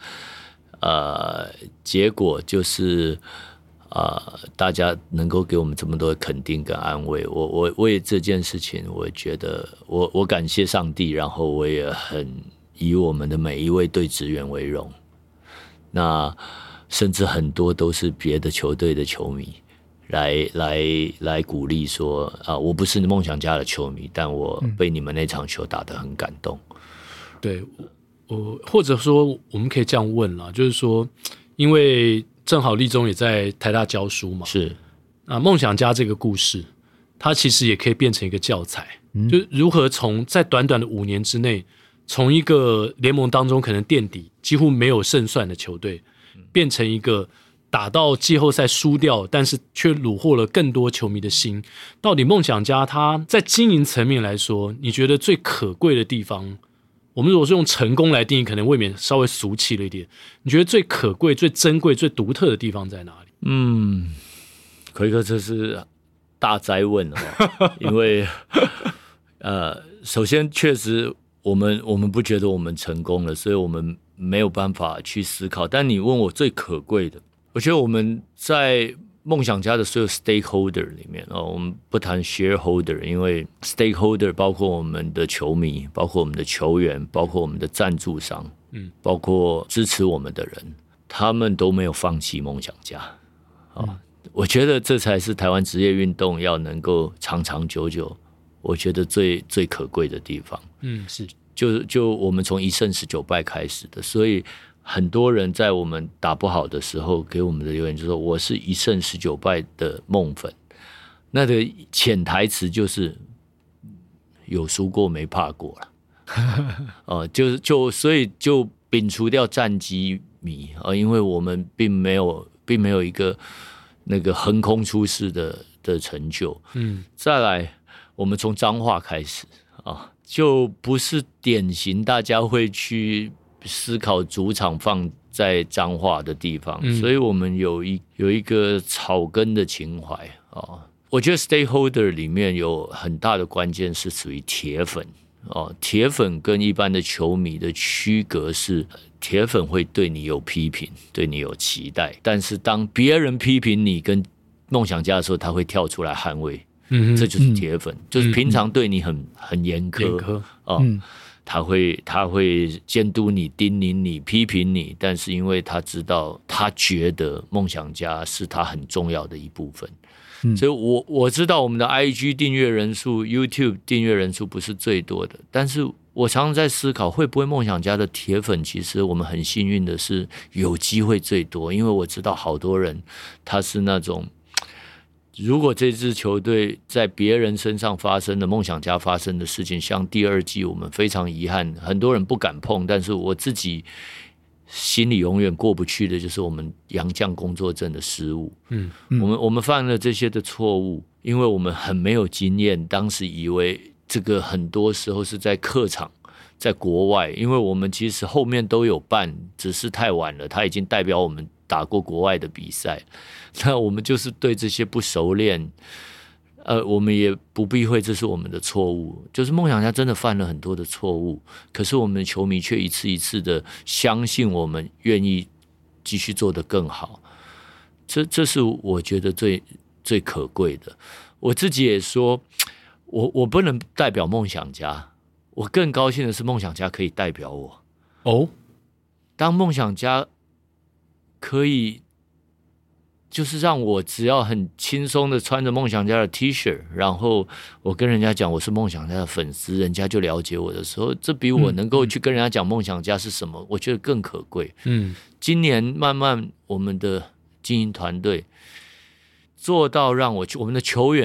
结果，就是大家能够给我们这么多的肯定跟安慰。我也这件事情，我觉得我感谢上帝，然后我也很以我们的每一位队职员为荣。那甚至很多都是别的球队的球迷来鼓励说我不是梦想家的球迷，但我被你们那场球打得很感动。 对，或者说我们可以这样问啦，就是说，因为正好立中也在台大教书嘛， 是梦想家这个故事，它其实也可以变成一个教材，就是如何在短短的5年之内，从一个联盟当中可能垫底几乎没有胜算的球队，变成一个打到季后赛输掉，但是却虏获了更多球迷的心。到底梦想家它在经营层面来说，你觉得最可贵的地方？我们如果是用成功来定义，可能未免稍微俗气了一点。你觉得最可贵、最珍贵、最独特的地方在哪里？ 奎哥，这是大哉问因为首先确实我们不觉得我们成功了，所以我们没有办法去思考。但你问我最可贵的，我觉得我们在梦想家的所有 stakeholder 里面我们不谈 shareholder， 因为 stakeholder 包括我们的球迷，包括我们的球员，包括我们的赞助商，包括支持我们的人，他们都没有放弃梦想家。我觉得这才是台湾职业运动要能够长长久久，我觉得最可贵的地方。 是就我们从1胜19败开始的，所以很多人在我们打不好的时候给我们的留言就说我是1胜19败的梦粉，那个潜台词就是有输过没怕过了所以就摒除掉战绩迷因为我们并没有一个那个横空出世的成就。再来我们从彰化开始就不是典型大家会去思考主场放在彰化的地方，所以我们有一个草根的情怀我觉得 stakeholder 里面有很大的关键是属于铁粉铁粉跟一般的球迷的区隔是，铁粉会对你有批评，对你有期待，但是当别人批评你跟梦想家的时候，他会跳出来捍卫。这就是铁粉，就是平常对你很严苛他会监督你、叮咛你、批评你，但是因为他知道，他觉得梦想家是他很重要的一部分。所以我知道我们的 IG 订阅人数、YouTube 订阅人数不是最多的，但是我常常在思考，会不会梦想家的铁粉其实我们很幸运的是有机会最多，因为我知道好多人他是那种，如果这支球队在别人身上发生的梦想家发生的事情，像第2季我们非常遗憾，很多人不敢碰，但是我自己心里永远过不去的就是我们洋将工作证的失误。我们犯了这些的错误，因为我们很没有经验，当时以为这个很多时候是在客场，在国外，因为我们其实后面都有办，只是太晚了，他已经代表我们打过国外的比赛，那我们就是对这些不熟练，我们也不避讳这是我们的错误，就是梦想家真的犯了很多的错误，可是我们的球迷却一次一次的相信我们愿意继续做得更好，这是我觉得最可贵的。我自己也说，我不能代表梦想家，我更高兴的是梦想家可以代表我。当梦想家可以就是让我只要很轻松的穿着梦想家的 T 恤，然后我跟人家讲我是梦想家的粉丝，人家就了解我的时候，这比我能够去跟人家讲梦想家是什么，我觉得更可贵。今年慢慢我们的经营团队做到让我们的球员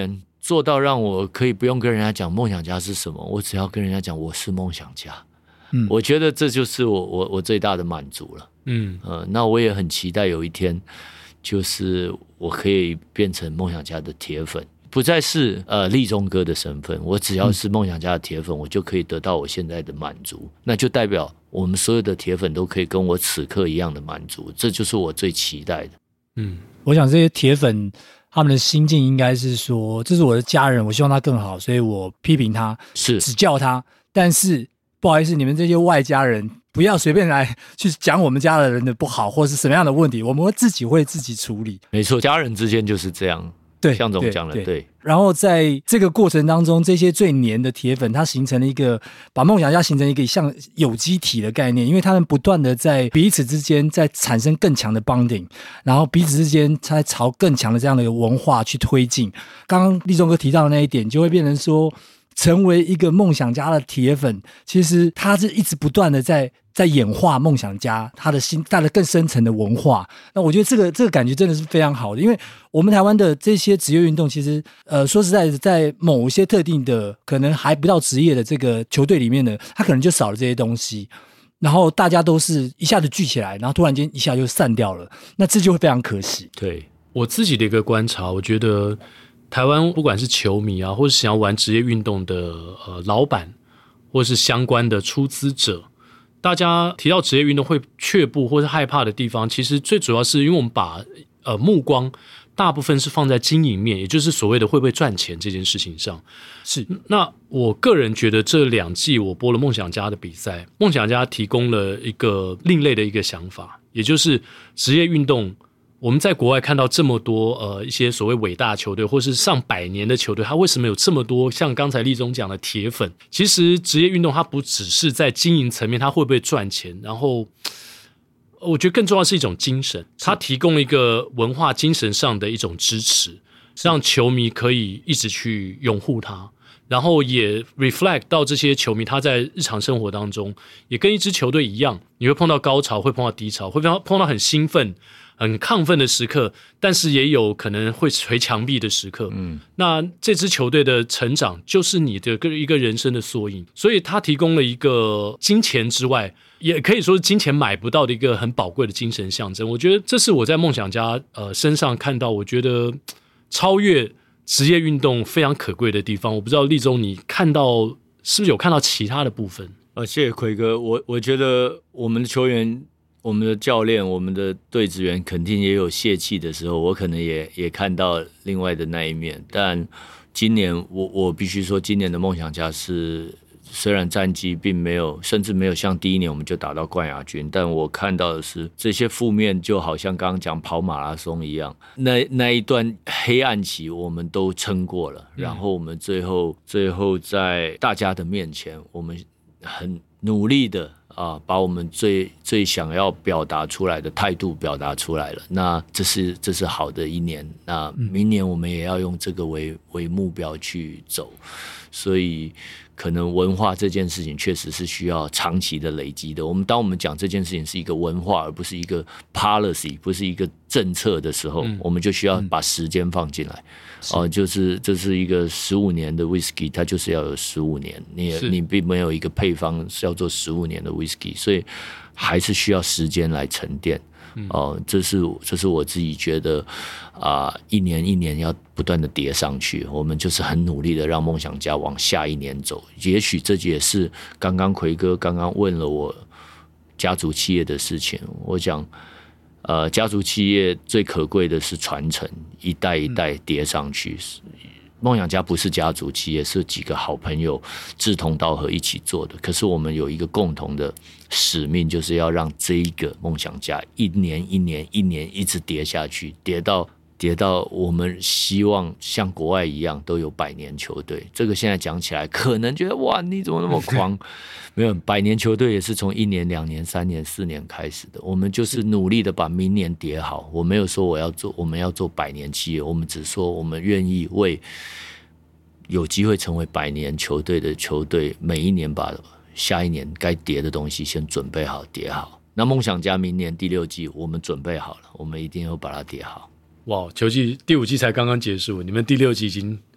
做到让我可以不用跟人家讲梦想家是什么，我只要跟人家讲我是梦想家。我觉得这就是我最大的满足了。那我也很期待有一天，就是我可以变成梦想家的铁粉，不再是立中哥的身份，我只要是梦想家的铁粉，我就可以得到我现在的满足，那就代表我们所有的铁粉都可以跟我此刻一样的满足，这就是我最期待的。 我想这些铁粉他们的心境应该是说，这是我的家人，我希望他更好，所以我批评他，指教他，但是不好意思，你们这些外家人不要随便来去讲我们家的人的不好，或是什么样的问题，我们会自己处理。 没错，家人之间就是这样。对，向总讲的 对。 然后在这个过程当中，这些最黏的铁粉，它形成了一个把梦想家形成一个像有机体的概念，因为他们不断的在彼此之间在产生更强的 bonding， 然后彼此之间在朝更强的这样的一个文化去推进。刚刚立中哥提到的那一点，就会变成说，成为一个梦想家的铁粉，其实他是一直不断的在演化梦想家他的更深层的文化。那我觉得这个感觉真的是非常好的，因为我们台湾的这些职业运动，其实说实在的，在某些特定的可能还不到职业的这个球队里面呢，他可能就少了这些东西，然后大家都是一下子聚起来，然后突然间一下就散掉了，那这就会非常可惜。 对，我自己的一个观察，我觉得台湾不管是球迷啊，或是想要玩职业运动的老板，或是相关的出资者，大家提到职业运动会却步或是害怕的地方，其实最主要是因为我们把目光大部分是放在经营面，也就是所谓的会不会赚钱这件事情上。是，那我个人觉得这2季我播了梦想家的比赛，梦想家提供了一个另类的一个想法，也就是职业运动。我们在国外看到这么多一些所谓伟大球队或是上100年的球队，它为什么有这么多像刚才立中讲的铁粉？其实职业运动它不只是在经营层面它会不会赚钱，然后我觉得更重要的是一种精神，它提供了一个文化精神上的一种支持，让球迷可以一直去拥护它，然后也 reflect 到这些球迷他在日常生活当中也跟一支球队一样，你会碰到高潮，会碰到低潮，会碰到很兴奋很亢奋的时刻，但是也有可能会捶墙壁的时刻。那这支球队的成长就是你的一个人生的缩影，所以它提供了一个金钱之外，也可以说是金钱买不到的一个很宝贵的精神象征。我觉得这是我在梦想家身上看到，我觉得超越职业运动非常可贵的地方。我不知道立中你看到是不是有看到其他的部分？ 谢谢奎哥。我觉得我们的球员，我们的教练，我们的队职员肯定也有泄气的时候，我可能也看到另外的那一面。但今年我必须说，今年的梦想家是虽然战绩并没有，甚至没有像第一年我们就打到冠亚军，但我看到的是这些负面就好像刚刚讲跑马拉松一样，那一段黑暗期我们都撑过了，然后我们最后在大家的面前，我们很努力的把我们最想要表达出来的态度表达出来了。那这是好的一年，那明年我们也要用这个为目标去走。所以可能文化这件事情确实是需要长期的累积的。当我们讲这件事情是一个文化，而不是一个 policy， 不是一个政策的时候，我们就需要把时间放进来。就是这是一个15年的 whisky， 它就是要有15年，你并没有一个配方是要做15年的 whisky， 所以还是需要时间来沉淀。这是我自己觉得一年一年要不断的叠上去，我们就是很努力的让梦想家往下一年走。也许这也是刚刚奎哥刚刚问了我家族企业的事情，我讲家族企业最可贵的是传承，一代一代叠上去。梦想家不是家族企业，是几个好朋友志同道合一起做的。可是我们有一个共同的使命，就是要让这一个梦想家一年一年一直叠下去，叠到我们希望像国外一样都有100年球队。这个现在讲起来可能觉得哇，你怎么那么狂？没有，100年球队也是从1年、2年、3年、4年开始的。我们就是努力的把明年叠好。我没有说我们要做100年企业，我们只说我们愿意为有机会成为100年球队的球队，每一年把下一年该叠的东西先准备好叠好。那梦想家明年第6季我们准备好了，我们一定要把它叠好。 哇，球季第5季才刚刚结束，你们第6季已经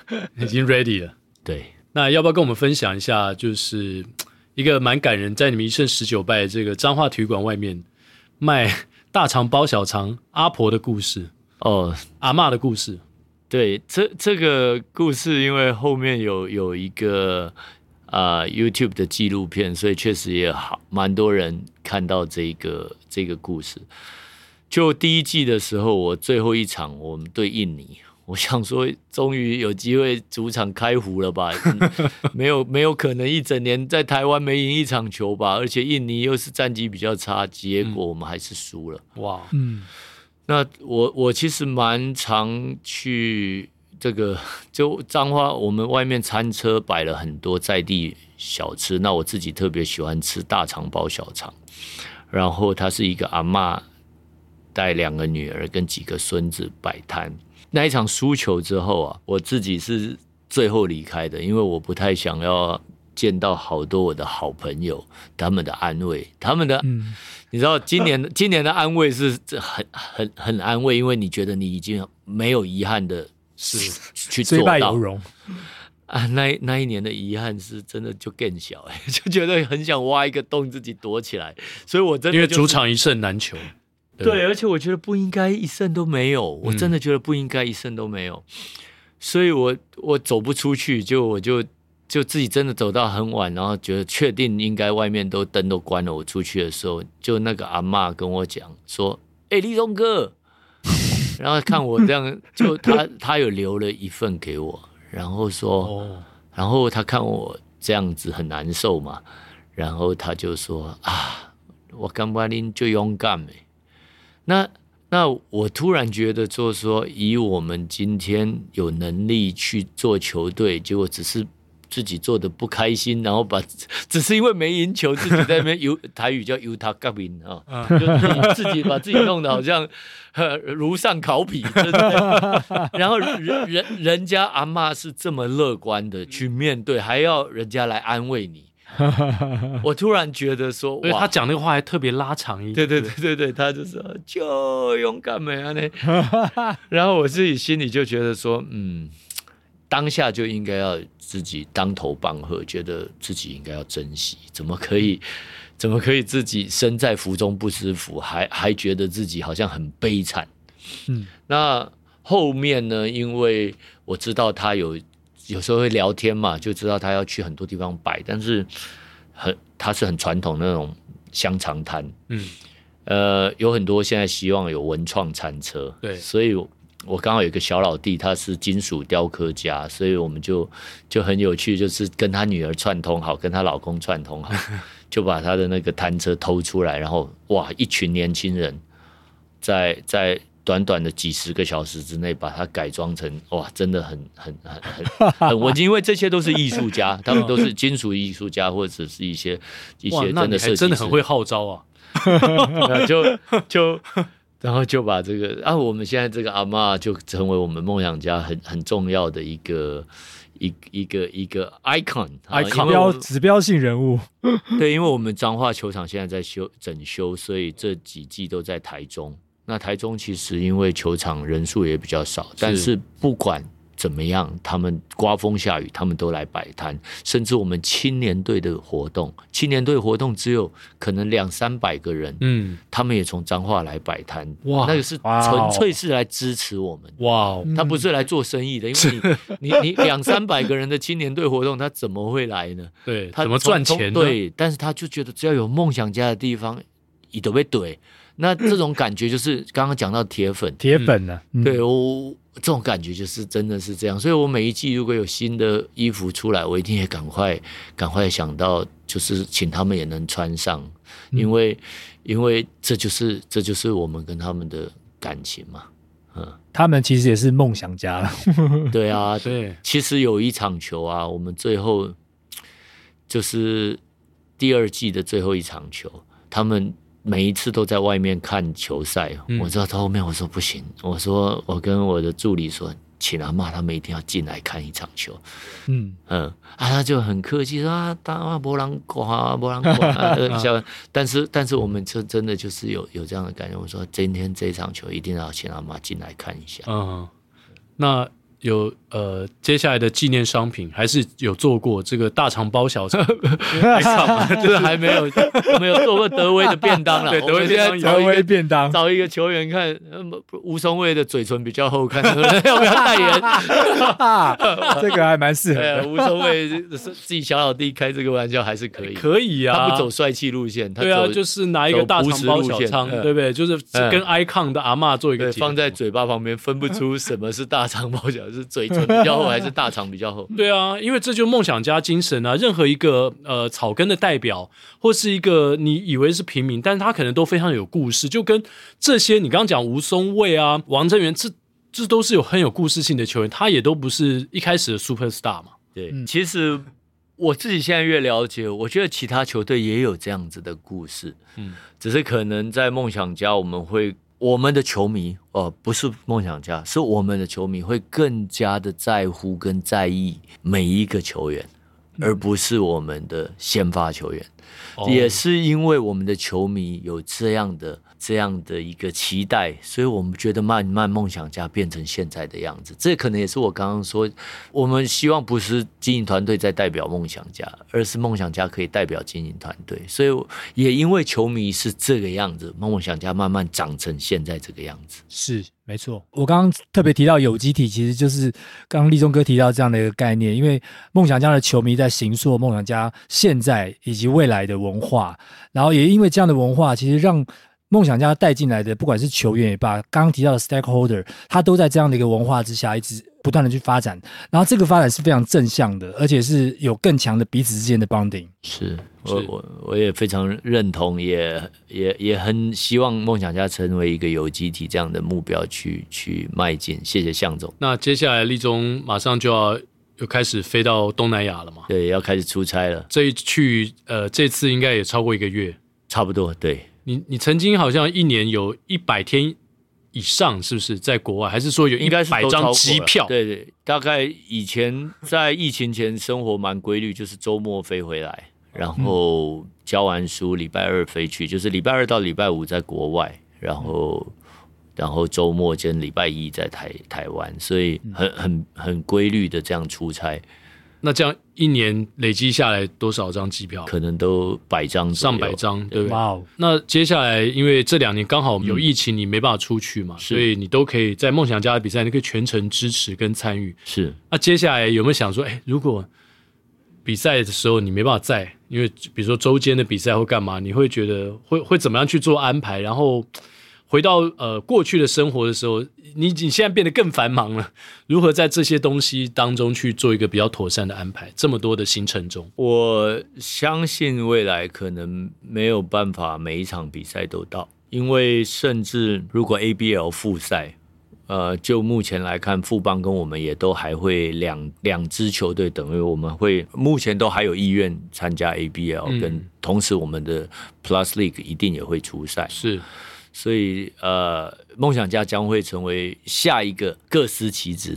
已经 ready 了。 对， 那要不要跟我们分享一下，就是一个蛮感人，在你们一胜19败这个彰化体育馆外面卖大肠包小肠阿婆的故事阿嬷的故事。 对，这个故事因为后面有一个YouTube 的纪录片，所以确实也蛮多人看到这个故事。就第一季的时候，我最后一场我们对印尼，我想说终于有机会主场开胡了吧？没有可能一整年在台湾没赢一场球吧？而且印尼又是战绩比较差，结果我们还是输了。哇，那我其实蛮常去这个就彰化，我们外面餐车摆了很多在地小吃，那我自己特别喜欢吃大肠包小肠，然后它是一个阿嬷带2个女儿跟几个孙子摆摊。那一场输球之后啊，我自己是最后离开的，因为我不太想要见到好多我的好朋友，他们的安慰，他们的，你知道今年的安慰是很安慰，因为你觉得你已经没有遗憾的去做到，虽败犹荣啊。那一年的遗憾是真的就更小，就觉得很想挖一个洞自己躲起来，所以我真的、 因为主场一胜难求。 对，而且我觉得不应该一胜都没有，我真的觉得不应该一胜都没有，所以我走不出去，我就自己真的走到很晚，然后觉得确定应该外面灯都关了，我出去的时候，就那个阿嬷跟我讲说：“立中哥。”然后看我这样，就他有留了一份给我，然后说，然后他看我这样子很难受嘛，然后他就说：“我感觉你就勇敢。”那我突然觉得，就是说，以我们今天有能力去做球队，结果只是自己做的不开心，然后只是因为没赢球，自己在那边台语叫油他革命啊，就自己把自己弄得好像如上考妣，真的。然后人家阿嬷是这么乐观的去面对，还要人家来安慰你。我突然觉得说， 哇，他讲那个话还特别拉长一点。 对，他就说就勇敢美啊呢。然后我自己心里就觉得说，当下就应该要自己当头棒喝，觉得自己应该要珍惜，怎么可以自己身在福中不知福，还觉得自己好像很悲惨。那后面呢，因为我知道他有时候会聊天嘛，就知道他要去很多地方摆，但是他是很传统的那种香肠摊，有很多现在希望有文创餐车，对，所以我刚好有一个小老弟，他是金属雕刻家，所以我们就很有趣，就是跟他女儿串通好，跟他老公串通好，就把他的那个摊车偷出来，然后哇，一群年轻人在短短的几十个小时之内把它改装成哇，真的很文静，因为这些都是艺术家，他们都是金属艺术家或者是一些真的设计师， 真的很会号召啊。 然后就把这个我们现在这个阿嬷就成为我们梦想家很重要的一个 icon 指标性人物。 对，因为我们彰化球场现在在整修，所以这几季都在台中。那台中其实因为球场人数也比较少，但是不管怎么样，他们刮风下雨他们都来摆摊，甚至我们青年队的活动只有可能200-300个人，他们也从彰化来摆摊，哇，那个是纯粹是来支持我们，哇，他不是来做生意的，因为你200-300个人的青年队活动，他怎么会来呢？ 对，他怎么赚钱呢？ 对，但是他就觉得只要有梦想家的地方，一都被怼。那这种感觉就是刚刚讲到铁粉呢， 对，这种感觉就是真的是这样，所以我每一季如果有新的衣服出来，我一定也赶快想到，就是请他们也能穿上，因为这就是我们跟他们的感情嘛， 他们其实也是梦想家了。 对啊，对，其实有一场球啊，我们最后就是第2季的最后一场球，他们每一次都在外面看球赛，我知道到后面我说不行，我跟我的助理说，请阿嬷他们一定要进来看一场球，他就很客气说没人看，但是我们真的就是有这样的感觉，我说今天这场球一定要请阿嬷进来看一下。 那有接下来的纪念商品，还是有做过这个大肠包小肠？ 就是还没有做过德威的便当啦。 对，德威便当， 找一个球员看吴松蔚的嘴唇比较厚，看要不要代言。 这个还蛮适合的。 吴松蔚自己小老弟开这个玩笑还是可以， 可以啊。 他不走帅气路线， 对啊，就是拿一个大肠包小肠，对不对？就是跟 icon 的阿嬷做一个放在嘴巴旁边，分不出什么是大肠包小肠，是嘴唇比较厚还是大肠比较厚。 对啊，因为这就是梦想家精神啊。任何一个草根的代表，或是一个你以为是平民，但是他可能都非常有故事，就跟这些你刚刚讲吴松蔚啊、王正源，这都是很有故事性的球员，他也都不是一开始的 superstar 嘛。 对，其实我自己现在越了解，我觉得其他球队也有这样子的故事，只是可能在梦想家我们的球迷不是梦想家，是我们的球迷会更加的在乎跟在意每一个球员，而不是我们的先发球员。也是因为我们的球迷有这样的一个期待，所以我们觉得慢慢梦想家变成现在的样子。这可能也是我刚刚说，我们希望不是经营团队在代表梦想家，而是梦想家可以代表经营团队。所以也因为球迷是这个样子，梦想家慢慢长成现在这个样子。 是没错，我刚刚特别提到有机体，其实就是刚刚立中哥提到这样的一个概念，因为梦想家的球迷在形塑梦想家现在以及未来的文化，然后也因为这样的文化，其实让梦想家带进来的，不管是球员也罢，刚刚提到的 stakeholder， 他都在这样的一个文化之下，一直不断的去发展，然后这个发展是非常正向的，而且是有更强的彼此之间的 bonding。 是，我也非常认同，也很希望梦想家成为一个有机体这样的目标去迈进。谢谢向总。 那接下来立中马上就要又开始飞到东南亚了嘛？ 对，要开始出差了。 这次应该也超过1个月， 差不多。对， 你曾经好像一年有100天以上，是不是在国外？还是说有100张机票？ 对，大概以前在疫情前生活蛮规律，就是周末飞回来，然后教完书礼拜二飞去，就是礼拜二到礼拜五在国外，然后周末跟礼拜一在台湾，所以很规律的这样出差。 那这样一年累积下来多少张机票？ 可能都100张上百张，对不对？ 哇哦！ 那接下来因为这2年刚好有疫情，你没办法出去嘛，所以你都可以在梦想家的比赛，你可以全程支持跟参与。 是。那接下来有没有想说，如果比赛的时候你没办法在，因为比如说周间的比赛或干嘛，你会觉得会怎么样去做安排？然后回到过去的生活的时候，你现在变得更繁忙了，如何在这些东西当中去做一个比较妥善的安排？这么多的行程中， 我相信未来可能没有办法每一场比赛都到，因为甚至如果 ABL 复赛，就目前来看，富邦跟我们也都还会两支球队，等于我们会目前都还有意愿参加 ABL，跟同时我们的 Plus League 一定也会出赛。 是。 所以梦想家将会成为下一个各司其职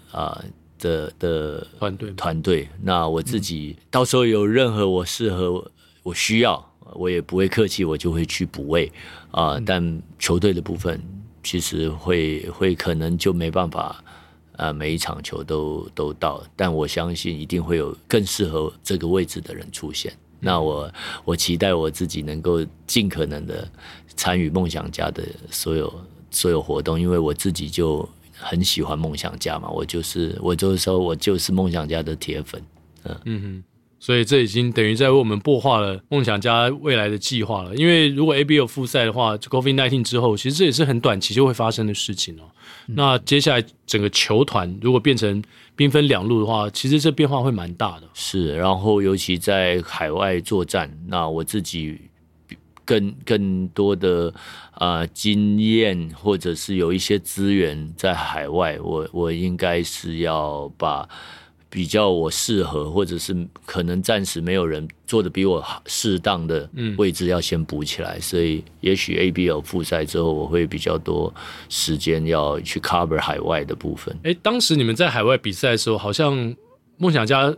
的团队。那我自己到时候有任何我适合我需要，我也不会客气，我就会去补位但球队的部分其实会可能就没办法每一场球都到，但我相信一定会有更适合这个位置的人出现。那我期待我自己能够尽可能的参与梦想家的所有活动，因为我自己就很喜欢梦想家嘛，我就是说我就是梦想家的铁粉。 所以这已经等于在为我们擘画了梦想家未来的计划了。因为如果 ABL 复赛的话 ，COVID-19 之后，其实这也是很短期就会发生的事情哦。那接下来整个球团如果变成兵分2路的话，其实这变化会蛮大的。 是，然后尤其在海外作战，那我自己更多的经验，或者是有一些资源在海外，我应该是要把比较我适合，或者是可能暂时没有人做的比我适当的位置要先补起来，所以也许 ABL 复赛之后，我会比较多时间要去 cover 海外的部分。 当时你们在海外比赛的时候，好像梦想家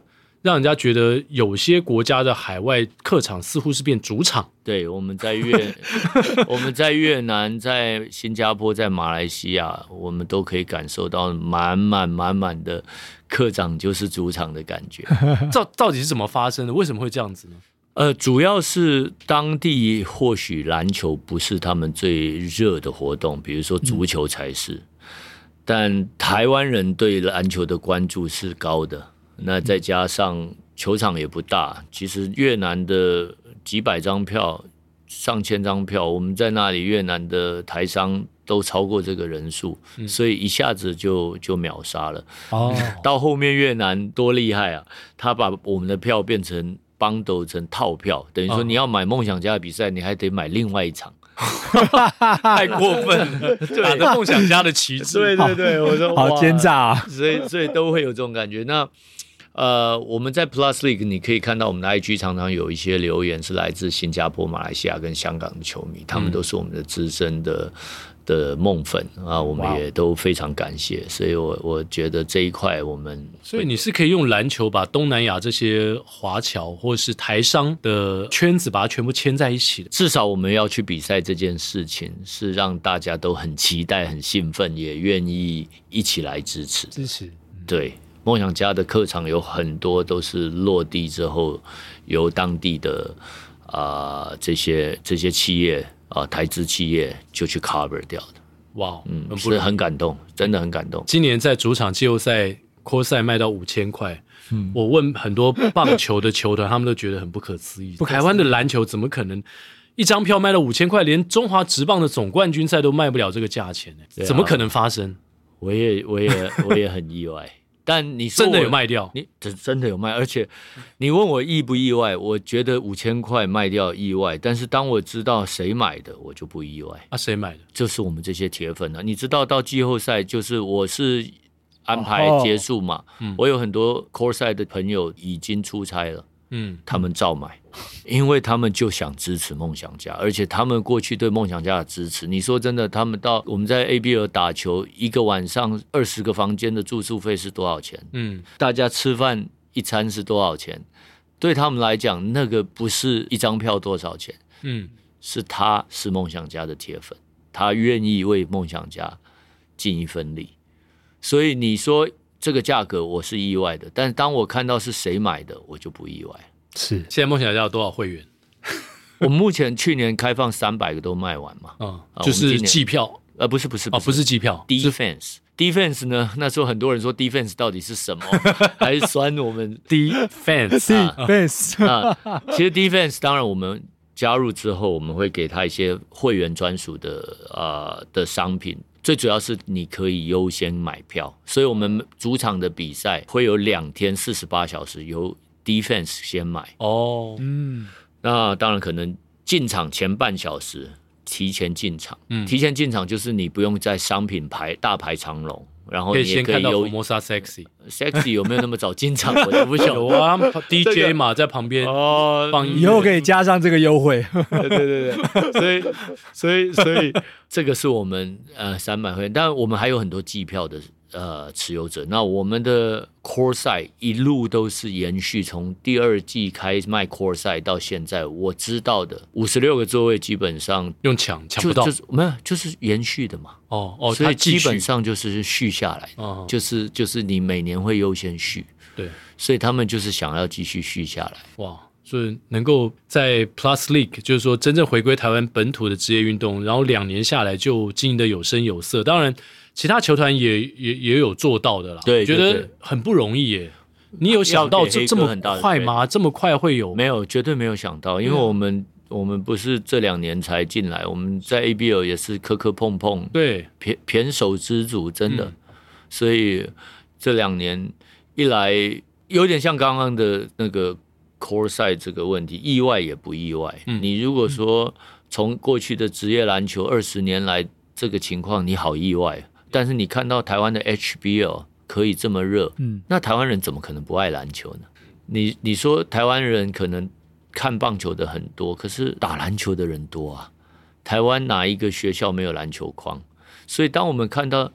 让人家觉得有些国家的海外客场似乎是变主场。 对，我们在越南、在新加坡、在马来西亚，我们都可以感受到满满的客场就是主场的感觉。 到底是怎么发生的？为什么会这样子呢？ 主要是当地或许篮球不是他们最热的活动，比如说足球才是。但台湾人对篮球的关注是高的，那再加上球场也不大，其实越南的几百张票、上千张票，我们在那里越南的台商都超过这个人数，所以一下子就秒杀了。到后面越南多厉害啊，他把我们的票变成bundle成套票，等于说你要买梦想家的比赛，你还得买另外一场。 太过分了，打着梦想家的旗帜。 对，我说好奸诈啊！ 所以都会有这种感觉。那我们在 Plus League 你可以看到我们的 IG 常常有一些留言是来自新加坡、马来西亚跟香港的球迷，他们都是我们的资深的梦粉啊，我们也都非常感谢。所以我觉得这一块我们， 所以你是可以用篮球把东南亚这些华侨或是台商的圈子把它全部牵在一起的。 至少我们要去比赛这件事情是让大家都很期待、很兴奋，也愿意一起来支持。对，梦想家的客场有很多都是落地之后由当地的这些企业台资企业就去 cover 掉的。 哇， 是很感动，真的很感动。 今年在主场季后赛 core 赛卖到5000块，我问很多棒球的球团，他们都觉得很不可思议。台湾的篮球怎么可能一张票卖到5000块，连中华职棒的总冠军赛都卖不了这个价钱呢？怎么可能发生？ 我也很意外。但你说真的有卖掉， 你真的有卖，而且你问我意不意外，我觉得5000块卖掉意外，但是当我知道谁买的，我就不意外。 谁买的？ 就是我们这些铁粉啊！你知道到季后赛，就是我是安排结束嘛，我有很多 core 赛的朋友已经出差了，他们照买，因为他们就想支持梦想家，而且他们过去对梦想家的支持，你说真的，他们到我们在 ABL 打球，一个晚上20个房间的住宿费是多少钱？大家吃饭一餐是多少钱？对他们来讲，那个不是一张票多少钱，是他是梦想家的铁粉，他愿意为梦想家尽一份力，所以你说这个价格我是意外的，但是当我看到是谁买的，我就不意外。 是，现在梦想家有多少会员？ 我们目前去年开放300个都卖完嘛， 就是季票， 不是季票 ，Defense 呢？那时候很多人说 Defense 到底是什么，还是酸我们 Defense 其实 Defense 当然我们加入之后，我们会给他一些会员专属的商品。最主要是你可以优先买票，所以我们主场的比赛会有2天48小时由 Defense 先买。那当然可能进场前半小时提前进场，提前进场就是你不用在商品大排长龙，然后你也可以先看到佛摩萨 sexy 有没有那么早进场我就不晓得。 有啊，DJ 嘛在旁边放音乐， 以后可以加上这个优惠。 对，所以这个是我们300会员，但我们还有很多季票的持有者。那我们的 core 赛一路都是延续，从第2季开卖 core 赛到现在，我知道的56个座位基本上用抢不到， 没有，就是延续的嘛。所以基本上就是续下来，就是你每年会优先续。 对， 所以他们就是想要继续续下来。 哇！所以能够在 Plus League， 就是说真正回归台湾本土的职业运动，然后2年下来就经营的有声有色。当然，其他球团也有做到的啦。 对， 觉得很不容易耶。你有想到这么快吗？这么快会有？ 没有，绝对没有想到，因为我们不是这2年才进来，我们在 ABL 也是磕磕碰碰， 对， 胼手胝足，真的。所以这2年一来，有点像刚刚的那个 core 赛这个问题，意外也不意外。你如果说从过去的职业篮球20年来这个情况，你好意外。但是你看到台湾的 HBL 可以这么热，那台湾人怎么可能不爱篮球呢？你说台湾人可能看棒球的很多，可是打篮球的人多啊。台湾哪一个学校没有篮球框？所以当我们看到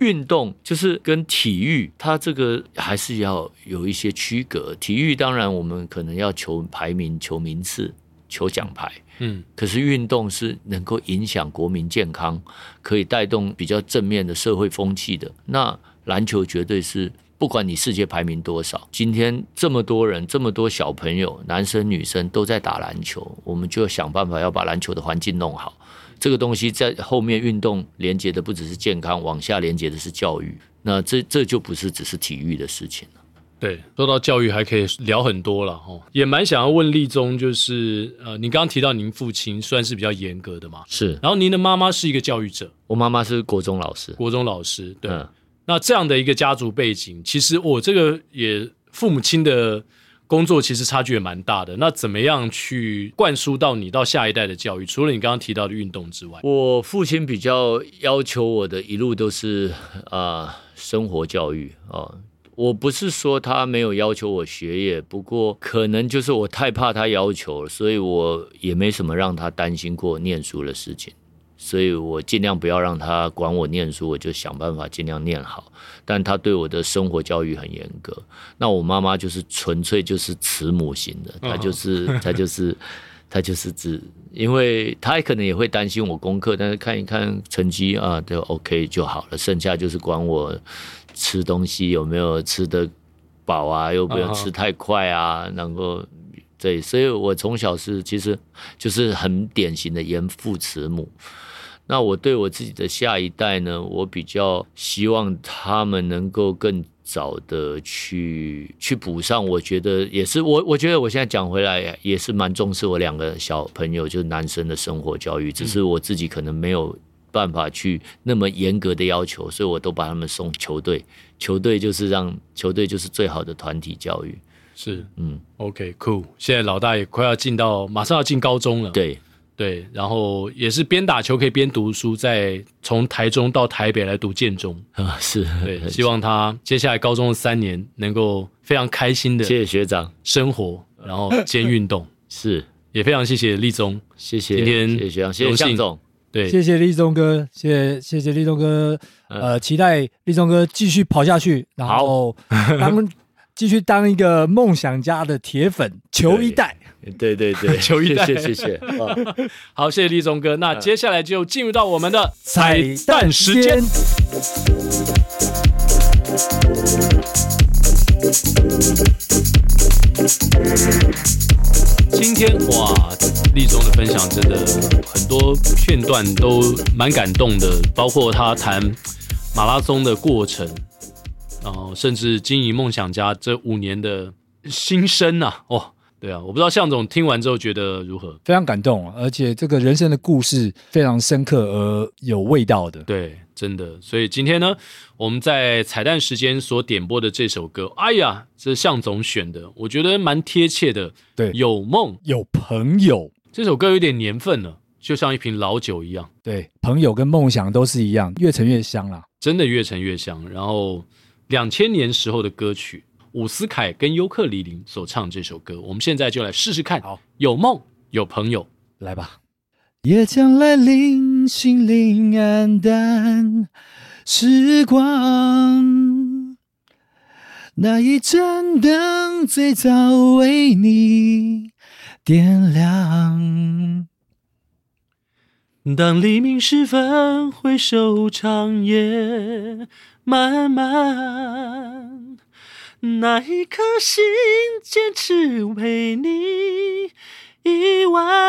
运动就是跟体育，它这个还是要有一些区隔。体育当然我们可能要求排名、求名次、求奖牌，可是运动是能够影响国民健康，可以带动比较正面的社会风气的。那篮球绝对是。不管你世界排名多少，今天这么多人，这么多小朋友，男生女生都在打篮球，我们就要想办法要把篮球的环境弄好。这个东西在后面运动连接的不只是健康，往下连接的是教育。那这就不是只是体育的事情了。 对，说到教育还可以聊很多了齁，也蛮想要问立宗，就是您刚刚提到您父亲算是比较严格的嘛， 是， 然后您的妈妈是一个教育者， 我妈妈是国中老师， 对。那这样的一个家族背景，其实我这个也父母亲的工作其实差距也蛮大的。那怎么样去灌输到你到下一代的教育？除了你刚刚提到的运动之外， 我父亲比较要求我的一路都是生活教育啊。我不是说他没有要求我学业，不过可能就是我太怕他要求了，所以我也没什么让他担心过念书的事情。所以我尽量不要让他管我念书，我就想办法尽量念好。但他对我的生活教育很严格。那我妈妈就是纯粹就是慈母型的，她就是只，因为她可能也会担心我功课，但是看一看成绩啊，就 OK 就好了。剩下就是管我吃东西有没有吃得饱啊，又不要吃太快啊，能够。对，所以我从小其实就是很典型的严父慈母。那我对我自己的下一代呢，我比较希望他们能够更早的去补上。我觉得也是，我觉得我现在讲回来也是蛮重视我2个小朋友，就是男生的生活教育，只是我自己可能没有办法去那么严格的要求，所以我都把他们送球队。球队就是最好的团体教育。 是，OK cool。现在老大也快要马上要进高中了。对，然后也是边打球可以边读书，从台中到台北来读建中是， 对，希望他接下来高中的3年能够非常开心的， 谢谢学长， 生活，然后兼运动是， 也非常谢谢立宗， 谢谢今天谢谢学长，谢谢向总， 对，谢谢立宗哥，谢谢立宗哥，期待立宗哥继续跑下去，然后继续当一个梦想家的铁粉，球一代。 对， 球一代， 谢谢。 好，谢谢立宗哥。那接下来就进入到我们的彩蛋时间。今天哇，立宗的分享真的很多片段都蛮感动的，包括他谈马拉松的过程。然后甚至经营梦想家这5年的心声啊，对啊，我不知道向总听完之后觉得如何？ 非常感动，而且这个人生的故事非常深刻而有味道的。 对，真的。所以今天呢，我们在彩蛋时间所点播的这首歌，哎呀，这是向总选的，我觉得蛮贴切的。 对， 有梦有朋友， 这首歌有点年份了，就像一瓶老酒一样。 对，朋友跟梦想都是一样，越陈越香啦， 真的越陈越香。然后2000年时候的歌曲，伍思凯跟尤克里里所唱这首歌，我们现在就来试试看。好，有梦有朋友， 来吧。夜将来临，心灵黯淡，时光那一盏灯最早为你点亮。 当黎明时分，回首长夜漫漫，那一颗心坚持为你一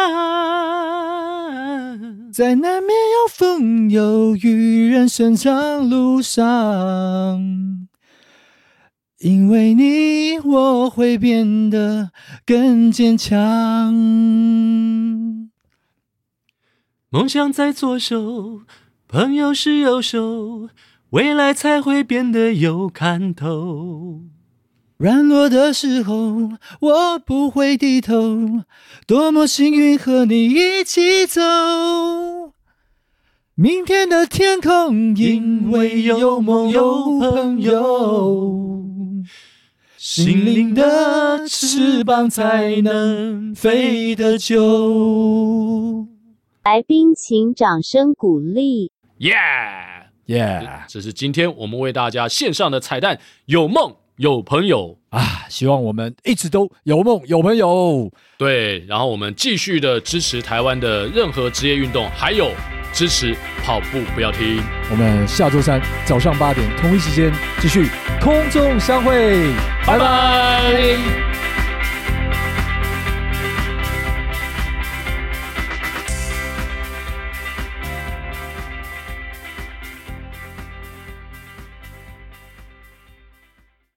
晚， 在难免有风有雨人生长路上，因为你我会变得更坚强。 梦想在左手，朋友是右手，未来才会变得有看头。 软弱的时候，我不会低头，多么幸运和你一起走。明天的天空，因为有梦有朋友，心灵的翅膀才能飞得久。 来宾请掌声鼓励。 耶！ 这是今天我们为大家献上的彩蛋，有梦有朋友啊！希望我们一直都有梦有朋友。 对，然后我们继续的支持台湾的任何职业运动，还有支持跑步不要停。 我们下周三早上8点同一时间继续空中相会，拜拜。